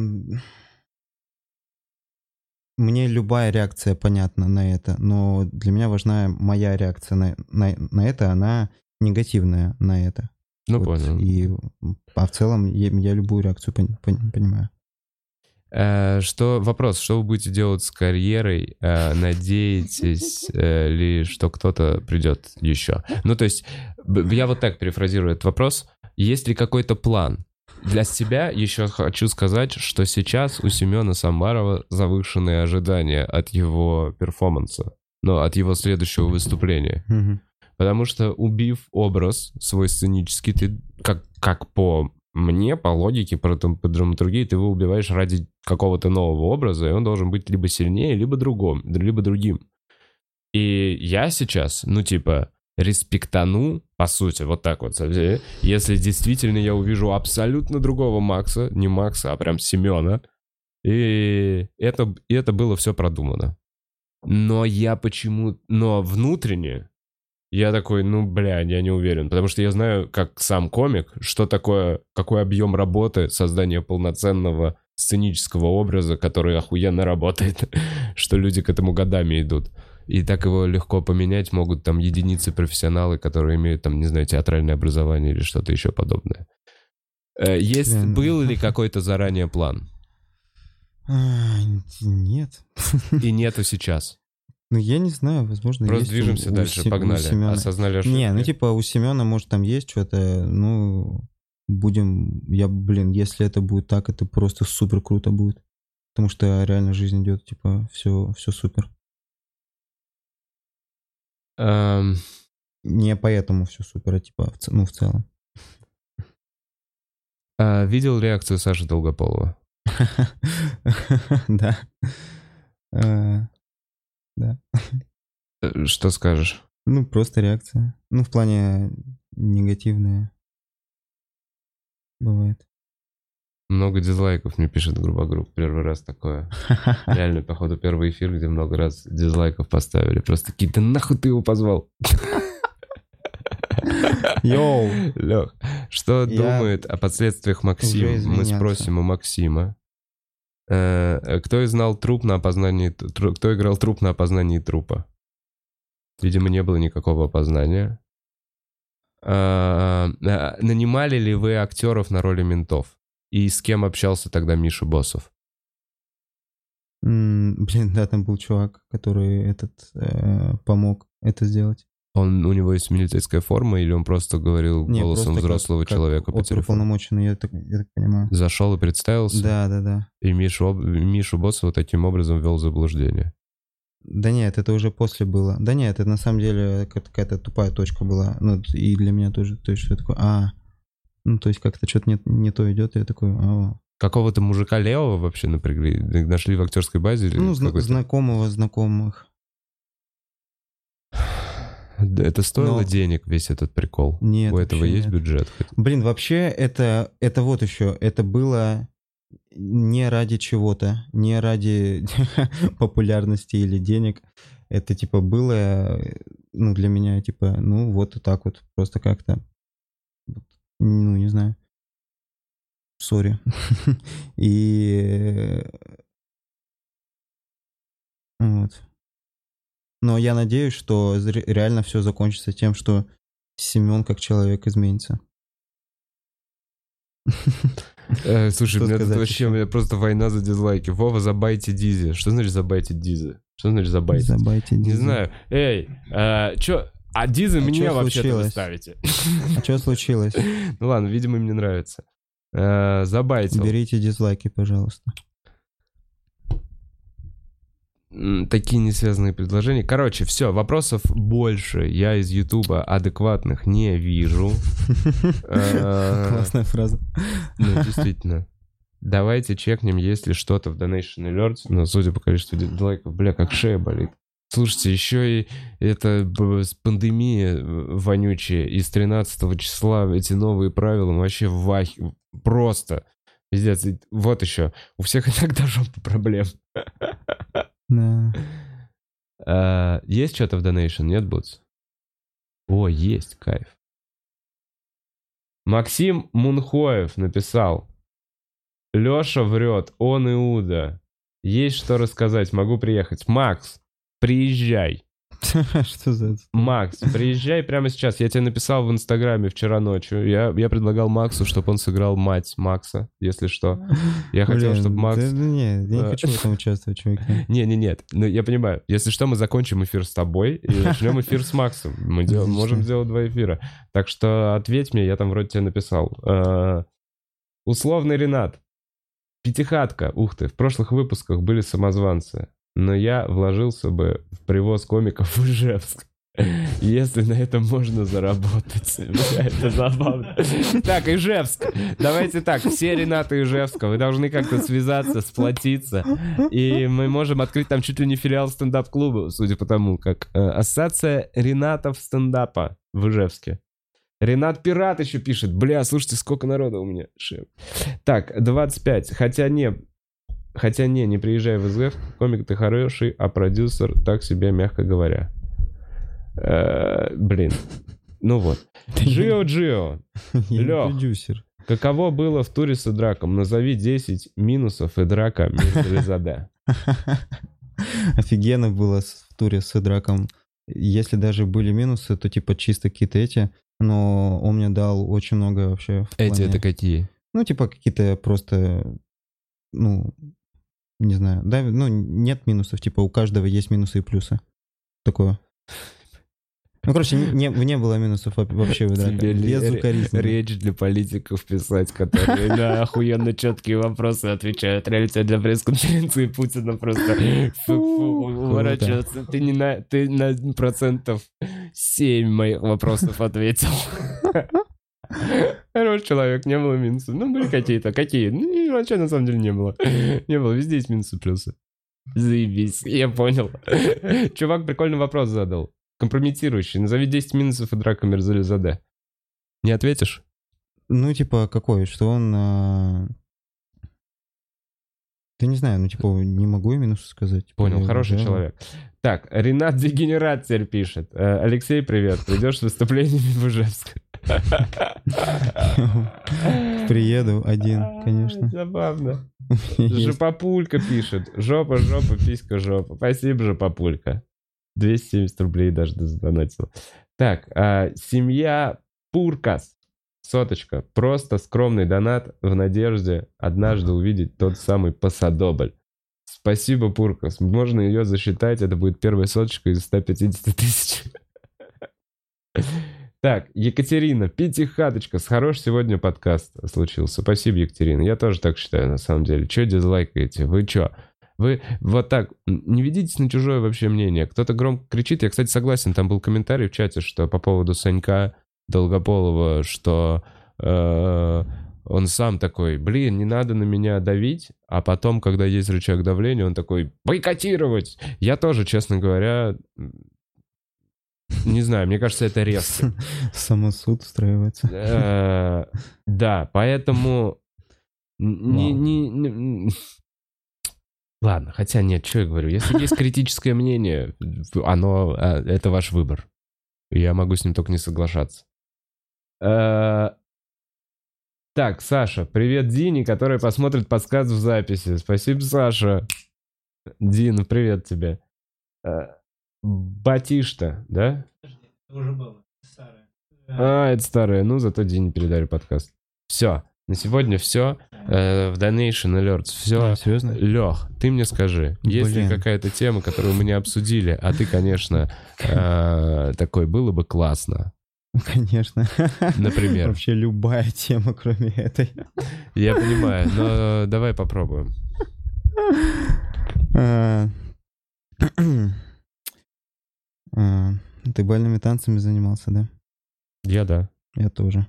Speaker 1: Мне любая реакция понятна на это, но для меня важна моя реакция на, на, на это, она негативная на это.
Speaker 2: Ну,
Speaker 1: вот,
Speaker 2: понял.
Speaker 1: И, а в целом я, я любую реакцию пон, пон, понимаю.
Speaker 2: Э, что, вопрос, что вы будете делать с карьерой? Э, надеетесь э, ли, что кто-то придет еще? Ну, то есть, я вот так перефразирую этот вопрос. Есть ли какой-то план? Для себя еще хочу сказать, что сейчас у Семена Самарова завышенные ожидания от его перформанса, ну, от его следующего выступления.
Speaker 1: Mm-hmm.
Speaker 2: Потому что, убив образ свой сценический, ты, как, как по мне, по логике, по, по драматургии, ты его убиваешь ради какого-то нового образа, и он должен быть либо сильнее, либо другом, либо другим. И я сейчас, ну, типа... респектану, по сути, вот так вот, если действительно я увижу абсолютно другого Макса, не Макса, а прям Семена, и это, и это было все продумано. Но я почему... Но внутренне я такой, ну, бля, я не уверен, потому что я знаю, как сам комик, что такое, какой объем работы создания полноценного сценического образа, который охуенно работает, что люди к этому годами идут. И так его легко поменять могут там единицы профессионалы, которые имеют там, не знаю, театральное образование или что-то еще подобное. Есть, Блин, был ли какой-то заранее план?
Speaker 1: А, нет.
Speaker 2: И нету сейчас?
Speaker 1: Ну, я не знаю, возможно,
Speaker 2: Просто
Speaker 1: есть.
Speaker 2: движемся
Speaker 1: у,
Speaker 2: дальше,
Speaker 1: у
Speaker 2: погнали.
Speaker 1: Семена.
Speaker 2: Осознали ошибки.
Speaker 1: Не, ну типа у Семена, может, там есть что-то, ну, будем... Я, блин, если это будет так, это просто супер круто будет. Потому что реально жизнь идет, типа, все, все супер.
Speaker 2: Um...
Speaker 1: Не поэтому все супер, а типа, в, ну, в целом.
Speaker 2: Uh, видел реакцию Саши Долгополова?
Speaker 1: Да. Да.
Speaker 2: Что скажешь?
Speaker 1: Ну, просто реакция. Ну, в плане негативная. Бывает.
Speaker 2: Много дизлайков мне пишет Грубогрупп. Первый раз такое. Реально, походу, первый эфир, где много раз дизлайков поставили. Просто такие, да нахуй ты его позвал?
Speaker 1: Йоу!
Speaker 2: Лех, что Я думает о последствиях Максим? Мы спросим у Максима. Э, кто знал труп на опознании... Тру, кто играл труп на опознании трупа? Видимо, не было никакого опознания. Э, э, нанимали ли вы актеров на роли ментов? И с кем общался тогда Миша Боссов?
Speaker 1: М, Блин, да, там был чувак, который этот э, помог это сделать.
Speaker 2: Он, у него есть милицейская форма, или он просто говорил
Speaker 1: Не,
Speaker 2: голосом
Speaker 1: просто как-
Speaker 2: взрослого
Speaker 1: как
Speaker 2: человека по телефону?
Speaker 1: оперуполномоченный, я так, я так понимаю.
Speaker 2: Зашел и представился?
Speaker 1: Да, да, да.
Speaker 2: И Мишу, об- Мишу Боссова таким образом ввел в заблуждение.
Speaker 1: Да нет, это уже после было. Да нет, это на самом деле как- какая-то тупая точка была. Ну, и для меня тоже. То есть, что такое? А, ну, то есть как-то что-то не, не то идет, и я такой, а,
Speaker 2: Какого-то мужика левого вообще напрягли? Нашли в актерской базе? Или
Speaker 1: ну, зна-
Speaker 2: какой-то?
Speaker 1: знакомого знакомых.
Speaker 2: Да, это стоило
Speaker 1: Но-
Speaker 2: денег, весь этот прикол?
Speaker 1: Нет,
Speaker 2: У этого
Speaker 1: вообще
Speaker 2: есть
Speaker 1: нет.
Speaker 2: бюджет?
Speaker 1: Блин, вообще это, это вот еще, это было не ради чего-то, не ради популярности или денег. Это типа было, ну, для меня, типа, ну, вот и так вот, просто как-то, ну, не знаю, сори. И вот. Но я надеюсь, что зре- реально все закончится тем, что Семен как человек изменится.
Speaker 2: Э, слушай,
Speaker 1: Что
Speaker 2: у меня тут
Speaker 1: сказать
Speaker 2: вообще
Speaker 1: еще?
Speaker 2: у меня просто война за дизлайки. Вова, забайте Дизи. Что значит забайте Дизи? Что значит забайте?
Speaker 1: Забайте
Speaker 2: Не
Speaker 1: Дизи.
Speaker 2: знаю. Эй, а, чё? А Дизы
Speaker 1: А
Speaker 2: мне
Speaker 1: чё
Speaker 2: вообще-то вы
Speaker 1: случилось?
Speaker 2: ставите.
Speaker 1: А что случилось?
Speaker 2: Ну ладно, видимо, им не нравится. Э, Забайтил.
Speaker 1: Уберите дизлайки, пожалуйста.
Speaker 2: М, Такие несвязанные предложения. Короче, все, вопросов больше. Я из Ютуба адекватных не вижу. Э,
Speaker 1: Классная фраза.
Speaker 2: Ну, действительно. Давайте чекнем, есть ли что-то в Donation Alerts. Но судя по количеству дизлайков, бля, как шея болит. Слушайте, еще и это б- с пандемия э, вонючая. И с тринадцатого числа эти новые правила ну, вообще в вахе. Просто. Пиздец. И вот еще. У всех иногда жопа проблем.
Speaker 1: Да.
Speaker 2: А, есть что-то в Donation, нет, Бутс? О, есть, кайф. Максим Мунхоев написал. Леша врет, он Иуда. Есть что рассказать, могу приехать. Макс, приезжай.
Speaker 1: Что за это?
Speaker 2: Макс, приезжай прямо сейчас. Я тебе написал в Инстаграме вчера ночью. Я, я предлагал Максу, чтобы он сыграл мать Макса, если что. Я хотел,
Speaker 1: Блин,
Speaker 2: чтобы Макс...
Speaker 1: да, да не, я не
Speaker 2: Э,
Speaker 1: хочу в этом участвовать, чуваки.
Speaker 2: Не, не, нет. Ну, я понимаю. Если что, мы закончим эфир с тобой и начнем эфир с Максом. Мы дел-
Speaker 1: Отлично.
Speaker 2: можем сделать два эфира. Так что ответь мне, я там вроде тебе написал. Э, Условный Ренат. Пятихатка. Ух ты, в прошлых выпусках были самозванцы. Но я вложился бы в привоз комиков в Ижевск. Если на этом можно заработать. Бля, это забавно. Так, Ижевск. Давайте так, все Ренаты Ижевска, вы должны как-то связаться, сплотиться. И мы можем открыть там чуть ли не филиал стендап-клуба, судя по тому, как э, ассоциация Ренатов стендапа в Ижевске. Ренат Пират еще пишет. Бля, слушайте, сколько народа у меня. Шеф. Так, двадцать пять. Хотя не... Хотя не, не приезжай в ИЗФ. Комик ты хороший, а продюсер так себе, мягко говоря. Э, блин. Ну вот. Джио Джио.
Speaker 1: Я не
Speaker 2: Лёх.
Speaker 1: продюсер.
Speaker 2: Каково было в туре с Идраком? Назови десять минусов Идрака Мирзализаде.
Speaker 1: Офигенно было с- в туре с Идраком. Если даже были минусы, то типа чисто какие-то эти. Но он мне дал очень много вообще в
Speaker 2: Эти
Speaker 1: плане-
Speaker 2: это какие?
Speaker 1: Ну, типа какие-то просто, ну, не знаю. Да, ну, нет минусов. Типа у каждого есть минусы и плюсы. Такое. Ну, короче, не, не было минусов во- вообще в Идраке.
Speaker 2: Тебе ли-
Speaker 1: Безукоризненно.
Speaker 2: Речь для политиков писать, которые на охуенно четкие вопросы отвечают. Реально для пресс-конференции Путина просто фу-фу, уворачиваться. Ты не на, ты на процентов семь моих вопросов ответил. Хороший человек, не было минусов. Ну, были какие-то. Какие? Ну, и вообще, на самом деле, не было. Не было. Везде есть минусы, плюсы. Заебись, я понял. Чувак прикольный вопрос задал. Компрометирующий. Назови десять минусов Идрака Мирзализаде. Не ответишь?
Speaker 1: Ну, типа, какой? Что он... а, Да не знаю, ну, типа, не могу я минусы сказать. Типа,
Speaker 2: Понял,
Speaker 1: я
Speaker 2: хороший
Speaker 1: уважаю.
Speaker 2: человек. Так, Ренат Дегенерат теперь пишет. Э, Алексей, привет. Придешь с выступлениями в Ижевск?
Speaker 1: Приеду один, конечно.
Speaker 2: Забавно.
Speaker 1: Есть.
Speaker 2: Жопопулька пишет. Жопа, жопа, писька, жопа. Спасибо, Жопопулька. двести семьдесят рублей даже задонатил. Так, а, семья Пуркас. Соточка. Просто скромный донат в надежде однажды увидеть тот самый Пасадобль. Спасибо, Пуркас. Можно ее засчитать. Это будет первая соточка из ста пятидесяти тысяч. Так, Екатерина, пятихаточка. С хорош сегодня подкаст случился. Спасибо, Екатерина. Я тоже так считаю, на самом деле. Че дизлайкаете? Вы че? Вы вот так не ведитесь на чужое вообще мнение. Кто-то громко кричит. Я, кстати, согласен. Там был комментарий в чате, что по поводу Санька Долгополова, что э, он сам такой, блин, не надо на меня давить. А потом, когда есть рычаг давления, он такой, бойкотировать. Я тоже, честно говоря... Не знаю, мне кажется, это резко.
Speaker 1: Самосуд устраивается.
Speaker 2: Да, поэтому... Ладно, хотя нет, что я говорю. Если есть критическое мнение, оно... Это ваш выбор. Я могу с ним только не соглашаться. Так, Саша, привет Дине, которая посмотрит подсказ в записи. Спасибо, Саша. Дина, привет тебе. Батишта, да?
Speaker 4: Подожди, это уже было. Старое.
Speaker 2: А, это старое. Ну, зато Дине передали подкаст. Все. На сегодня все. Э, в Donation Alerts все.
Speaker 1: А, серьезно?
Speaker 2: Лех, ты мне скажи, есть ли какая-то тема, которую мы не обсудили, а ты, конечно, э, такой, было бы классно.
Speaker 1: Конечно.
Speaker 2: Например.
Speaker 1: Вообще любая тема, кроме этой.
Speaker 2: Я понимаю, но давай попробуем.
Speaker 1: А, ты бальными танцами занимался, да?
Speaker 2: Я да.
Speaker 1: Я тоже.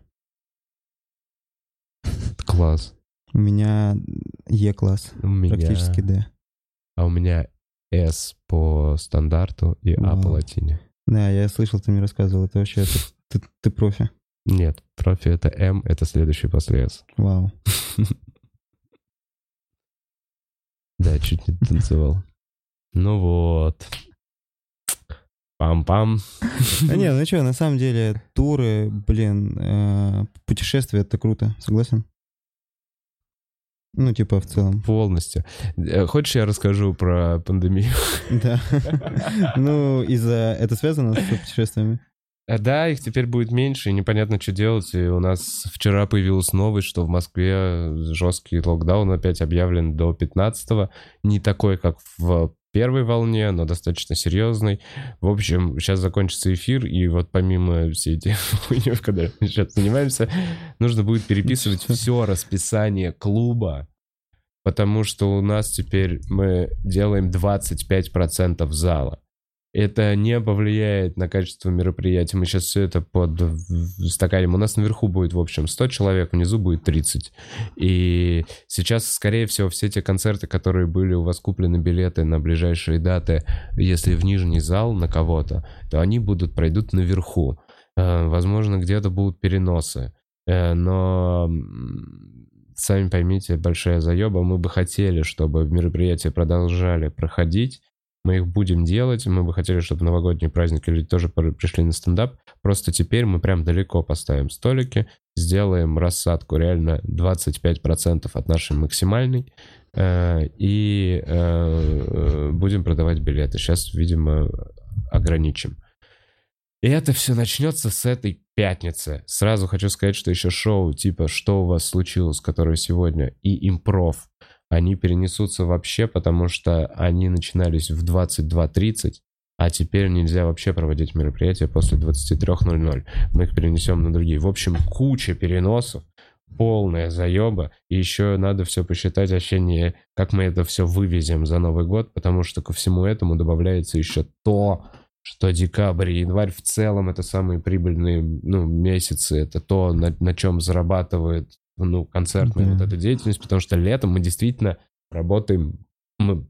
Speaker 2: Класс.
Speaker 1: У меня Е-класс,
Speaker 2: У меня...
Speaker 1: практически Д.
Speaker 2: А у меня С по стандарту и А
Speaker 1: Вау.
Speaker 2: по латине.
Speaker 1: Да, я слышал, ты мне рассказывал. Это вообще, ты, ты, ты профи.
Speaker 2: Нет, профи это М, это следующий после С.
Speaker 1: Вау.
Speaker 2: Да, чуть не танцевал. Ну вот. Пам-пам.
Speaker 1: А нет, ну что, на самом деле, туры, блин, э, путешествия — это круто, согласен? Ну, типа, в целом.
Speaker 2: Полностью. Э, Хочешь, я расскажу про пандемию?
Speaker 1: Да. Ну, из-за... Это связано с путешествиями?
Speaker 2: Э, Да, их теперь будет меньше, и непонятно, что делать. И у нас вчера появилась новость, что в Москве жесткий локдаун опять объявлен до пятнадцатого. Не такой, как в первой волне, но достаточно серьезный. В общем, сейчас закончится эфир, и вот помимо всей этой хуйни, когда мы сейчас занимаемся, нужно будет переписывать все расписание клуба, потому что у нас теперь мы делаем двадцать пять процентов зала. Это не повлияет на качество мероприятия. Мы сейчас все это подстаканим. У нас наверху будет, в общем, сто человек, внизу будет тридцать. И сейчас, скорее всего, все те концерты, которые были у вас куплены билеты на ближайшие даты, если в нижний зал на кого-то, то они будут, пройдут наверху. Возможно, где-то будут переносы. Но сами поймите, большая заеба. Мы бы хотели, чтобы мероприятия продолжали проходить. Мы их будем делать, мы бы хотели, чтобы новогодние праздники люди тоже пришли на стендап. Просто теперь мы прям далеко поставим столики, сделаем рассадку реально двадцать пять процентов от нашей максимальной э, и э, будем продавать билеты. Сейчас, видимо, ограничим. И это все начнется с этой пятницы. Сразу хочу сказать, что еще шоу типа «Что у вас случилось?», которое сегодня, и импров, они перенесутся вообще, потому что они начинались в двадцать два тридцать, а теперь нельзя вообще проводить мероприятия после двадцать три ноль ноль. Мы их перенесем на другие. В общем, куча переносов, полная заеба, и еще надо все посчитать вообще не как мы это все вывезем за Новый год, потому что ко всему этому добавляется еще то, что декабрь и январь в целом это самые прибыльные ну, месяцы, это то, на, на чем зарабатывает ну, концертная mm-hmm. вот эта деятельность, потому что летом мы действительно работаем мы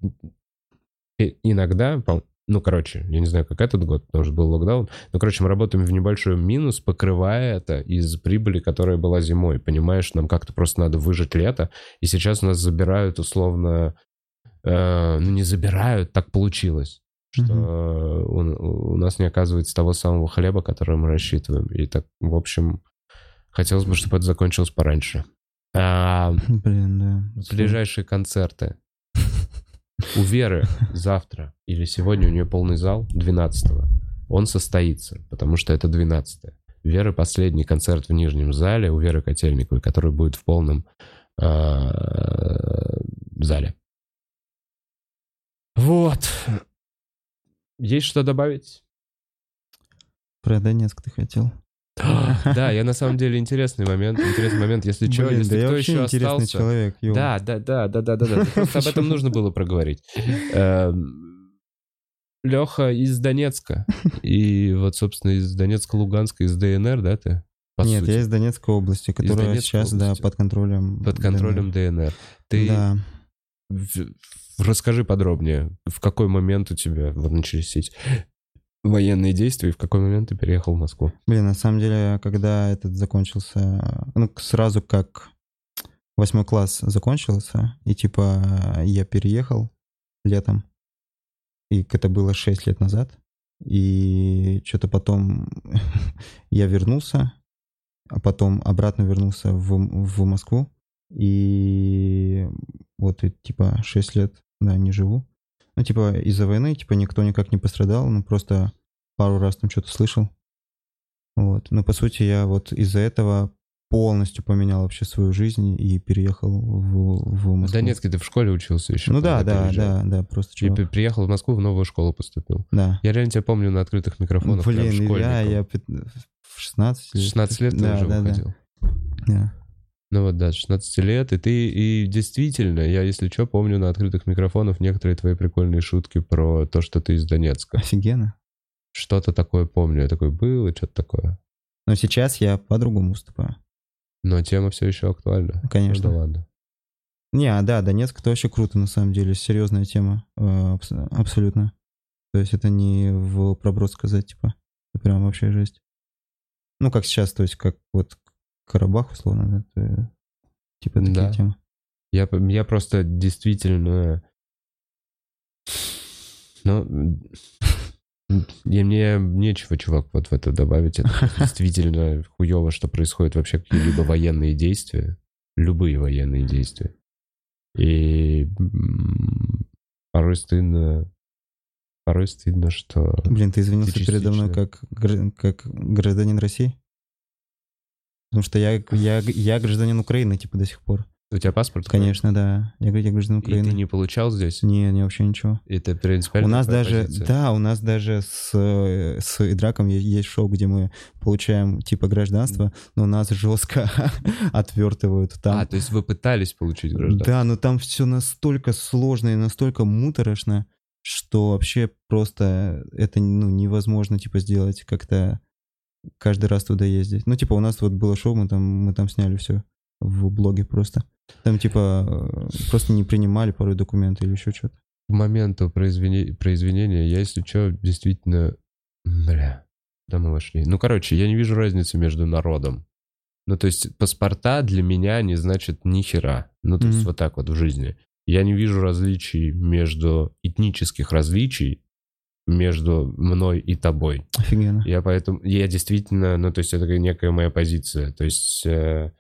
Speaker 2: иногда, ну, короче, я не знаю, как этот год, потому что был локдаун, но, короче, мы работаем в небольшой минус, покрывая это из прибыли, которая была зимой, понимаешь, нам как-то просто надо выжить лето, и сейчас у нас забирают условно, э, ну, не забирают, так получилось, что mm-hmm. у, у нас не оказывается того самого хлеба, который мы рассчитываем, и так, в общем... Хотелось бы, чтобы это закончилось пораньше. А,
Speaker 1: Блин, да.
Speaker 2: Ближайшие концерты. У Веры завтра или сегодня у нее полный зал двенадцатого. Он состоится, потому что это двенадцатое. Веры последний концерт в Нижнем зале у Веры Котельниковой, который будет в полном э, зале. Вот. Есть что добавить?
Speaker 1: Про Донецк ты хотел.
Speaker 2: Да, я на самом деле интересный момент, интересный момент, если что,
Speaker 1: Блин,
Speaker 2: если
Speaker 1: да я
Speaker 2: кто
Speaker 1: вообще
Speaker 2: еще
Speaker 1: интересный
Speaker 2: остался.
Speaker 1: человек. Ё.
Speaker 2: Да, да, да, да, да, да, да. Просто об этом нужно было проговорить. Леха из Донецка. И вот, собственно, из Донецка-Луганска, из ДНР, да, ты? По
Speaker 1: Нет,
Speaker 2: сути.
Speaker 1: я из Донецкой области, которая
Speaker 2: Донецкой
Speaker 1: сейчас, да,
Speaker 2: области.
Speaker 1: под контролем.
Speaker 2: Под контролем ДНР. Ты
Speaker 1: Да.
Speaker 2: в- расскажи подробнее, в какой момент у тебя вот начались эти военные действия, и в какой момент ты переехал в Москву?
Speaker 1: Блин, на самом деле, когда этот закончился, ну, сразу как восьмой класс закончился, и типа я переехал летом, и это было шесть лет назад, и что-то потом я вернулся, а потом обратно вернулся в, в Москву, и вот и, типа шесть лет, да, не живу. Ну, типа из-за войны, типа никто никак не пострадал, ну, просто пару раз там что-то слышал. Вот. Но, по сути, я вот из-за этого полностью поменял вообще свою жизнь и переехал в, в
Speaker 2: В
Speaker 1: Москву.
Speaker 2: Донецке ты в школе учился еще?
Speaker 1: Ну да,
Speaker 2: когда
Speaker 1: да,
Speaker 2: переезжал?
Speaker 1: да, да, просто
Speaker 2: И
Speaker 1: чувак.
Speaker 2: при- приехал в Москву, в новую школу поступил.
Speaker 1: Да.
Speaker 2: Я реально тебя помню на открытых микрофонах. прям
Speaker 1: Блин,
Speaker 2: школьником.
Speaker 1: я, я пят- в шестнадцать лет.
Speaker 2: шестнадцать лет ты
Speaker 1: да,
Speaker 2: уже
Speaker 1: да,
Speaker 2: выходил.
Speaker 1: Да, да.
Speaker 2: Ну вот, да, шестнадцать лет, и ты, и действительно, я, если что, помню на открытых микрофонах некоторые твои прикольные шутки про то, что ты из Донецка.
Speaker 1: Офигенно.
Speaker 2: Что-то такое помню, я такой был, и что-то такое.
Speaker 1: Но сейчас я по-другому выступаю.
Speaker 2: Но тема все еще актуальна.
Speaker 1: Конечно.
Speaker 2: Ну да ладно.
Speaker 1: Не, а да, Донецк это вообще круто, на самом деле. Серьезная тема. э, абс- Абсолютно. То есть это не в проброс сказать, типа. Это прям вообще жесть. Ну, как сейчас, то есть как вот Карабах, условно, да? то- типа такие
Speaker 2: Да.
Speaker 1: темы.
Speaker 2: Я, п- я просто действительно... Ну, и мне нечего, чувак, вот в это добавить. Это действительно хуево, что происходят вообще какие-либо военные действия. Любые военные действия. И м, порой стыдно... Порой стыдно, что...
Speaker 1: Блин, ты извинился
Speaker 2: Ты
Speaker 1: передо мной
Speaker 2: частично.
Speaker 1: как, гра- как гражданин России? Потому что я, я, я гражданин Украины, типа, до сих пор.
Speaker 2: У тебя паспорт?
Speaker 1: Конечно, да. Я, говорю, я гражданин
Speaker 2: И
Speaker 1: Украины.
Speaker 2: ты не получал здесь?
Speaker 1: Не, не, вообще ничего.
Speaker 2: Это принципиально
Speaker 1: У нас
Speaker 2: твоя
Speaker 1: даже,
Speaker 2: позиция?
Speaker 1: да, у нас даже с, э, с Идраком е- есть шоу, где мы получаем типа гражданство, но нас жестко отвертывают там.
Speaker 2: А, то есть вы пытались получить гражданство?
Speaker 1: Да, но там все настолько сложно и настолько муторошно, что вообще просто это ну, невозможно типа сделать как-то каждый раз туда ездить. Ну типа у нас вот было шоу, мы там, мы там сняли все в блоге просто. Там типа э, просто не принимали порой документы или еще что-то.
Speaker 2: К моменту произведения, произведения я, если что, действительно... Бля, да мы вошли. Ну, короче, я не вижу разницы между народом. Ну, то есть паспорта для меня не значит ни хера. Ну, то есть
Speaker 1: Мгм.
Speaker 2: вот так вот в жизни. Я не вижу различий между... этнических различий между мной и тобой.
Speaker 1: Офигенно.
Speaker 2: Я поэтому... Я действительно... Ну, то есть это некая моя позиция. То есть... э,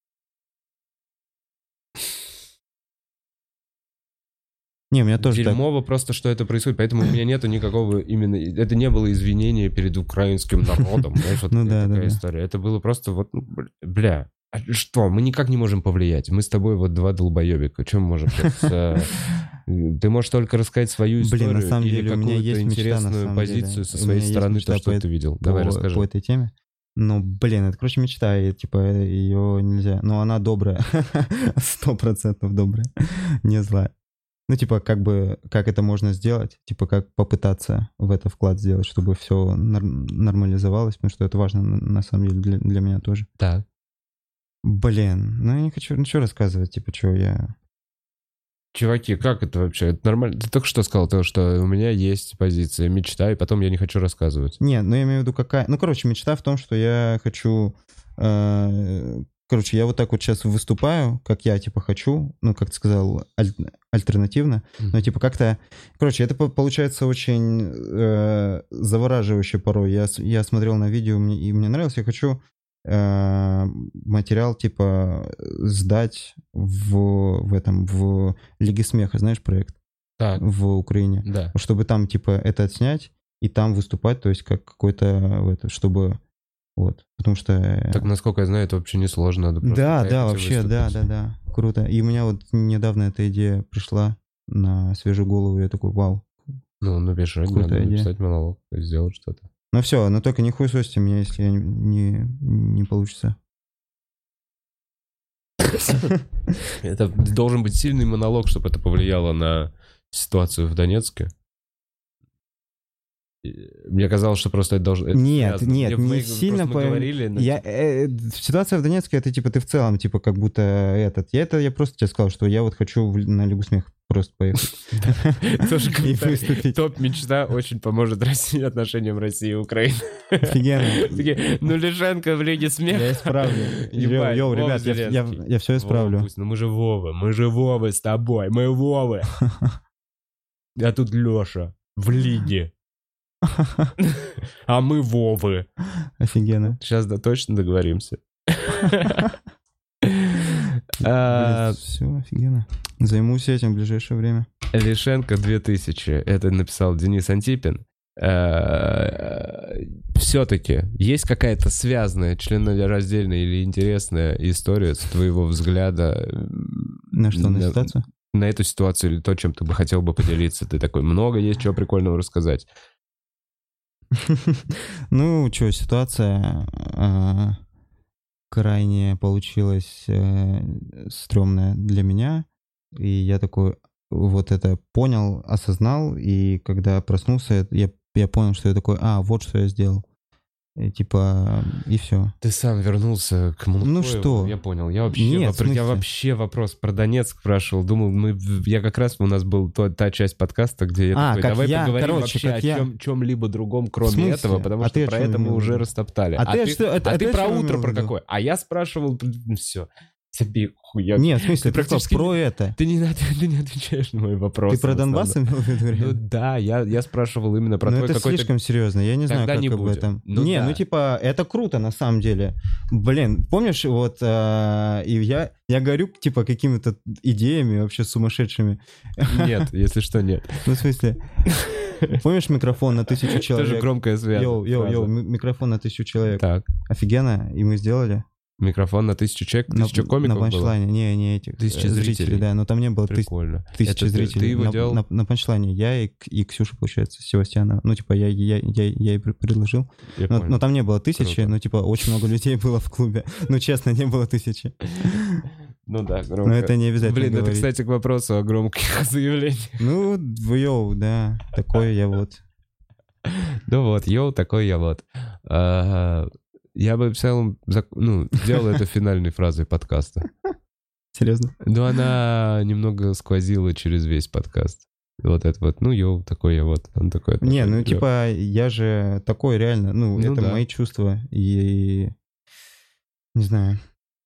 Speaker 1: Не, у меня тоже так.
Speaker 2: Дерьмово просто, что это происходит, поэтому у меня нету никакого именно... Это не было извинения перед украинским народом, знаешь, вот
Speaker 1: Ну да,
Speaker 2: такая
Speaker 1: да, да.
Speaker 2: история. Это было просто вот, ну, бля, а что, мы никак не можем повлиять. Мы с тобой вот два долбоебика, чем мы можем сейчас... э, Ты можешь только рассказать свою
Speaker 1: Блин,
Speaker 2: историю
Speaker 1: на самом
Speaker 2: или
Speaker 1: деле у меня
Speaker 2: какую-то
Speaker 1: есть мечта, на
Speaker 2: интересную
Speaker 1: самом
Speaker 2: позицию
Speaker 1: деле.
Speaker 2: со
Speaker 1: У
Speaker 2: своей
Speaker 1: меня есть
Speaker 2: стороны,
Speaker 1: мечта
Speaker 2: то, что
Speaker 1: по
Speaker 2: ты видел.
Speaker 1: по,
Speaker 2: Давай, расскажи.
Speaker 1: по этой теме. Ну, блин, это, короче, мечта, и, типа, ее нельзя... Ну, она добрая, сто процентов добрая, не злая. Ну, типа, как бы, как это можно сделать, типа, как попытаться в это вклад сделать, чтобы все нормализовалось, потому что это важно, на, на самом деле, для, для меня тоже.
Speaker 2: Так.
Speaker 1: Блин, ну, я не хочу ничего рассказывать, типа, что я...
Speaker 2: Чуваки, как это вообще? Это нормально? Ты только что сказал, то, что у меня есть позиция, мечта, и потом я не хочу рассказывать.
Speaker 1: Не, ну я имею в виду какая... Ну, короче, мечта в том, что я хочу... э, Короче, я вот так вот сейчас выступаю, как я, типа, хочу, ну, как ты сказал, аль- альтернативно, но, типа, как-то... Короче, это по- получается очень э, завораживающе порой. Я, с- я смотрел на видео, мне, и мне нравилось, я хочу э, материал, типа, сдать в, в этом, в Лиге смеха, знаешь, проект
Speaker 2: Так,
Speaker 1: в Украине,
Speaker 2: да.
Speaker 1: чтобы там, типа, это отснять и там выступать, то есть как какой-то, в это, чтобы Вот, потому что...
Speaker 2: Так, насколько я знаю, это вообще не сложно. Надо просто
Speaker 1: Да,
Speaker 2: поехать
Speaker 1: да,
Speaker 2: и
Speaker 1: вообще, да,
Speaker 2: выступить.
Speaker 1: да, да, круто. И у меня вот недавно эта идея пришла на свежую голову, я такой, вау.
Speaker 2: Ну, напиши,
Speaker 1: Крутая
Speaker 2: надо
Speaker 1: идея.
Speaker 2: написать монолог, сделать что-то.
Speaker 1: Ну все, но только не хуесосьте меня, если не, не, не получится.
Speaker 2: Это должен быть сильный монолог, чтобы это повлияло на ситуацию в Донецке. И мне казалось, что просто это должно... это
Speaker 1: Нет,
Speaker 2: связано.
Speaker 1: нет,
Speaker 2: Мне в
Speaker 1: не
Speaker 2: моей-
Speaker 1: сильно
Speaker 2: просто мы
Speaker 1: по-
Speaker 2: говорили, но
Speaker 1: Я, э, ситуация в Донецке, это типа ты в целом, типа как будто этот. Я это я просто тебе сказал, что я вот хочу в- на Лигу смеха просто поехать.
Speaker 2: Тоже
Speaker 1: И
Speaker 2: комментарий.
Speaker 1: выступить.
Speaker 2: Топ-мечта очень поможет России, отношениям России и Украины.
Speaker 1: Офигенно.
Speaker 2: Такие, ну, Лишенко в Лиге
Speaker 1: Я
Speaker 2: смеха.
Speaker 1: исправлю. Йоу,
Speaker 2: Ебать,
Speaker 1: йоу,
Speaker 2: Вова
Speaker 1: ребят, я, я,
Speaker 2: Зеленский.
Speaker 1: я все
Speaker 2: Вова
Speaker 1: исправлю.
Speaker 2: пусть, ну мы же Вовы, мы же Вовы с тобой, мы Вовы. А тут Леша в Лиге. А мы Вовы.
Speaker 1: Офигенно.
Speaker 2: Сейчас да точно договоримся. А,
Speaker 1: Все, офигенно. Займусь этим в ближайшее время.
Speaker 2: Лишенко две тысячи. Это написал Денис Антипин. Все-таки есть какая-то связанная, членораздельная или интересная история с твоего взгляда
Speaker 1: На что, на
Speaker 2: на-
Speaker 1: ситуацию?
Speaker 2: на эту ситуацию или то, чем ты бы хотел бы поделиться? Ты такой, много есть чего прикольного рассказать.
Speaker 1: Ну, что, ситуация а, крайне получилась э, стрёмная для меня. И я такой вот это понял, осознал. И когда проснулся, я, я понял, что я такой, а, вот что я сделал. И типа, и все.
Speaker 2: Ты сам вернулся к Мунхоеву.
Speaker 1: Ну что?
Speaker 2: Я понял. Я вообще,
Speaker 1: Нет,
Speaker 2: вопро-
Speaker 1: в смысле?
Speaker 2: я вообще вопрос про Донецк спрашивал. Думал, мы, я как раз, у нас был то- та часть подкаста, где я
Speaker 1: А,
Speaker 2: такой,
Speaker 1: как
Speaker 2: давай
Speaker 1: я,
Speaker 2: поговорим
Speaker 1: короче,
Speaker 2: вообще
Speaker 1: как
Speaker 2: о
Speaker 1: я.
Speaker 2: чем, чем-либо другом,
Speaker 1: В
Speaker 2: кроме
Speaker 1: смысле?
Speaker 2: этого, потому
Speaker 1: А
Speaker 2: что
Speaker 1: ты о
Speaker 2: про
Speaker 1: чем
Speaker 2: это мы
Speaker 1: имел в
Speaker 2: уже
Speaker 1: виду?
Speaker 2: растоптали.
Speaker 1: А ты что-
Speaker 2: а
Speaker 1: а ты
Speaker 2: ты
Speaker 1: о
Speaker 2: про
Speaker 1: чем
Speaker 2: утро
Speaker 1: имел в
Speaker 2: про
Speaker 1: виду?
Speaker 2: какое? А я спрашивал, все, тебе хуя.
Speaker 1: Нет, в смысле,
Speaker 2: Ты
Speaker 1: ты сказал
Speaker 2: практически
Speaker 1: про
Speaker 2: не-
Speaker 1: это.
Speaker 2: Ты не, ты не отвечаешь на мой вопрос.
Speaker 1: Ты про Донбасс имел в виду?
Speaker 2: Ну
Speaker 1: реально?
Speaker 2: да, я, я спрашивал именно про
Speaker 1: Ну
Speaker 2: твой
Speaker 1: это
Speaker 2: какой-то...
Speaker 1: слишком серьезно, я не знаю,
Speaker 2: Тогда
Speaker 1: как
Speaker 2: не
Speaker 1: об
Speaker 2: будем.
Speaker 1: этом.
Speaker 2: Ну
Speaker 1: не,
Speaker 2: да.
Speaker 1: ну типа, это круто на самом деле. Блин, помнишь, вот, э, и я, я горю, типа, какими-то идеями вообще сумасшедшими.
Speaker 2: Нет, если что, нет.
Speaker 1: Ну, в смысле, помнишь микрофон на тысячу
Speaker 2: Тоже
Speaker 1: человек?
Speaker 2: громкая связь.
Speaker 1: Йоу, йоу, йоу, ми- микрофон на тысячу человек.
Speaker 2: Так,
Speaker 1: Офигенно, и мы сделали.
Speaker 2: микрофон на тысячу человек,
Speaker 1: На-
Speaker 2: тысяча комиков
Speaker 1: На
Speaker 2: было?
Speaker 1: панчлайне, не, не этих.
Speaker 2: Тысяча
Speaker 1: э,
Speaker 2: зрителей.
Speaker 1: Да, но там не было тыс-
Speaker 2: Прикольно.
Speaker 1: тысячи
Speaker 2: Это ты-
Speaker 1: зрителей.
Speaker 2: Ты его
Speaker 1: на,
Speaker 2: делал?
Speaker 1: на, на панчлайне я и, К- и Ксюша, получается, Севастьянова. Ну, типа, я, я, я, я ей пр- предложил.
Speaker 2: Я
Speaker 1: Но,
Speaker 2: понял.
Speaker 1: но там не было тысячи,
Speaker 2: Круто.
Speaker 1: но, типа, очень много людей было в клубе. Ну, честно, не было тысячи.
Speaker 2: Ну да, громко.
Speaker 1: Но это не обязательно
Speaker 2: Блин, это,
Speaker 1: говорить.
Speaker 2: кстати, к вопросу о громких заявлениях.
Speaker 1: Ну, в- йоу, да, такое я вот.
Speaker 2: Ну вот, йоу, такой я вот. А, Я бы в целом, зак- ну, сделал это финальной фразой подкаста.
Speaker 1: Серьезно?
Speaker 2: Но она немного сквозила через весь подкаст. Вот это вот, ну, йоу, такой я вот. Он такой.
Speaker 1: Не, ну,
Speaker 2: йоу.
Speaker 1: типа, я же такой реально, ну,
Speaker 2: Ну
Speaker 1: это
Speaker 2: да.
Speaker 1: мои чувства. И не знаю.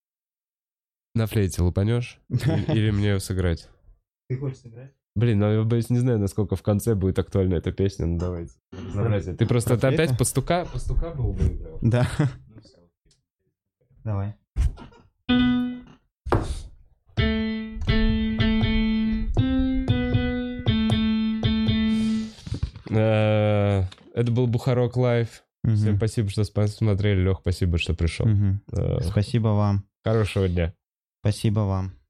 Speaker 2: На флейте лупанешь? Или или мне ее сыграть?
Speaker 1: Ты хочешь сыграть?
Speaker 2: Блин, ну я боюсь, не знаю, насколько в конце будет актуальна эта песня, ну давайте. Разнообразие. Ты просто
Speaker 1: Про
Speaker 2: ты опять
Speaker 1: флейту?
Speaker 2: пастука, пастука был выиграл.
Speaker 1: Да.
Speaker 2: Ну всё.
Speaker 1: Давай.
Speaker 2: Э, Это был Бухарок Лайв.
Speaker 1: Мгм.
Speaker 2: Всем спасибо, что посмотрели. Лех, спасибо, что пришел.
Speaker 1: Мгм.
Speaker 2: Э,
Speaker 1: Спасибо вам.
Speaker 2: Хорошего дня.
Speaker 1: Спасибо вам.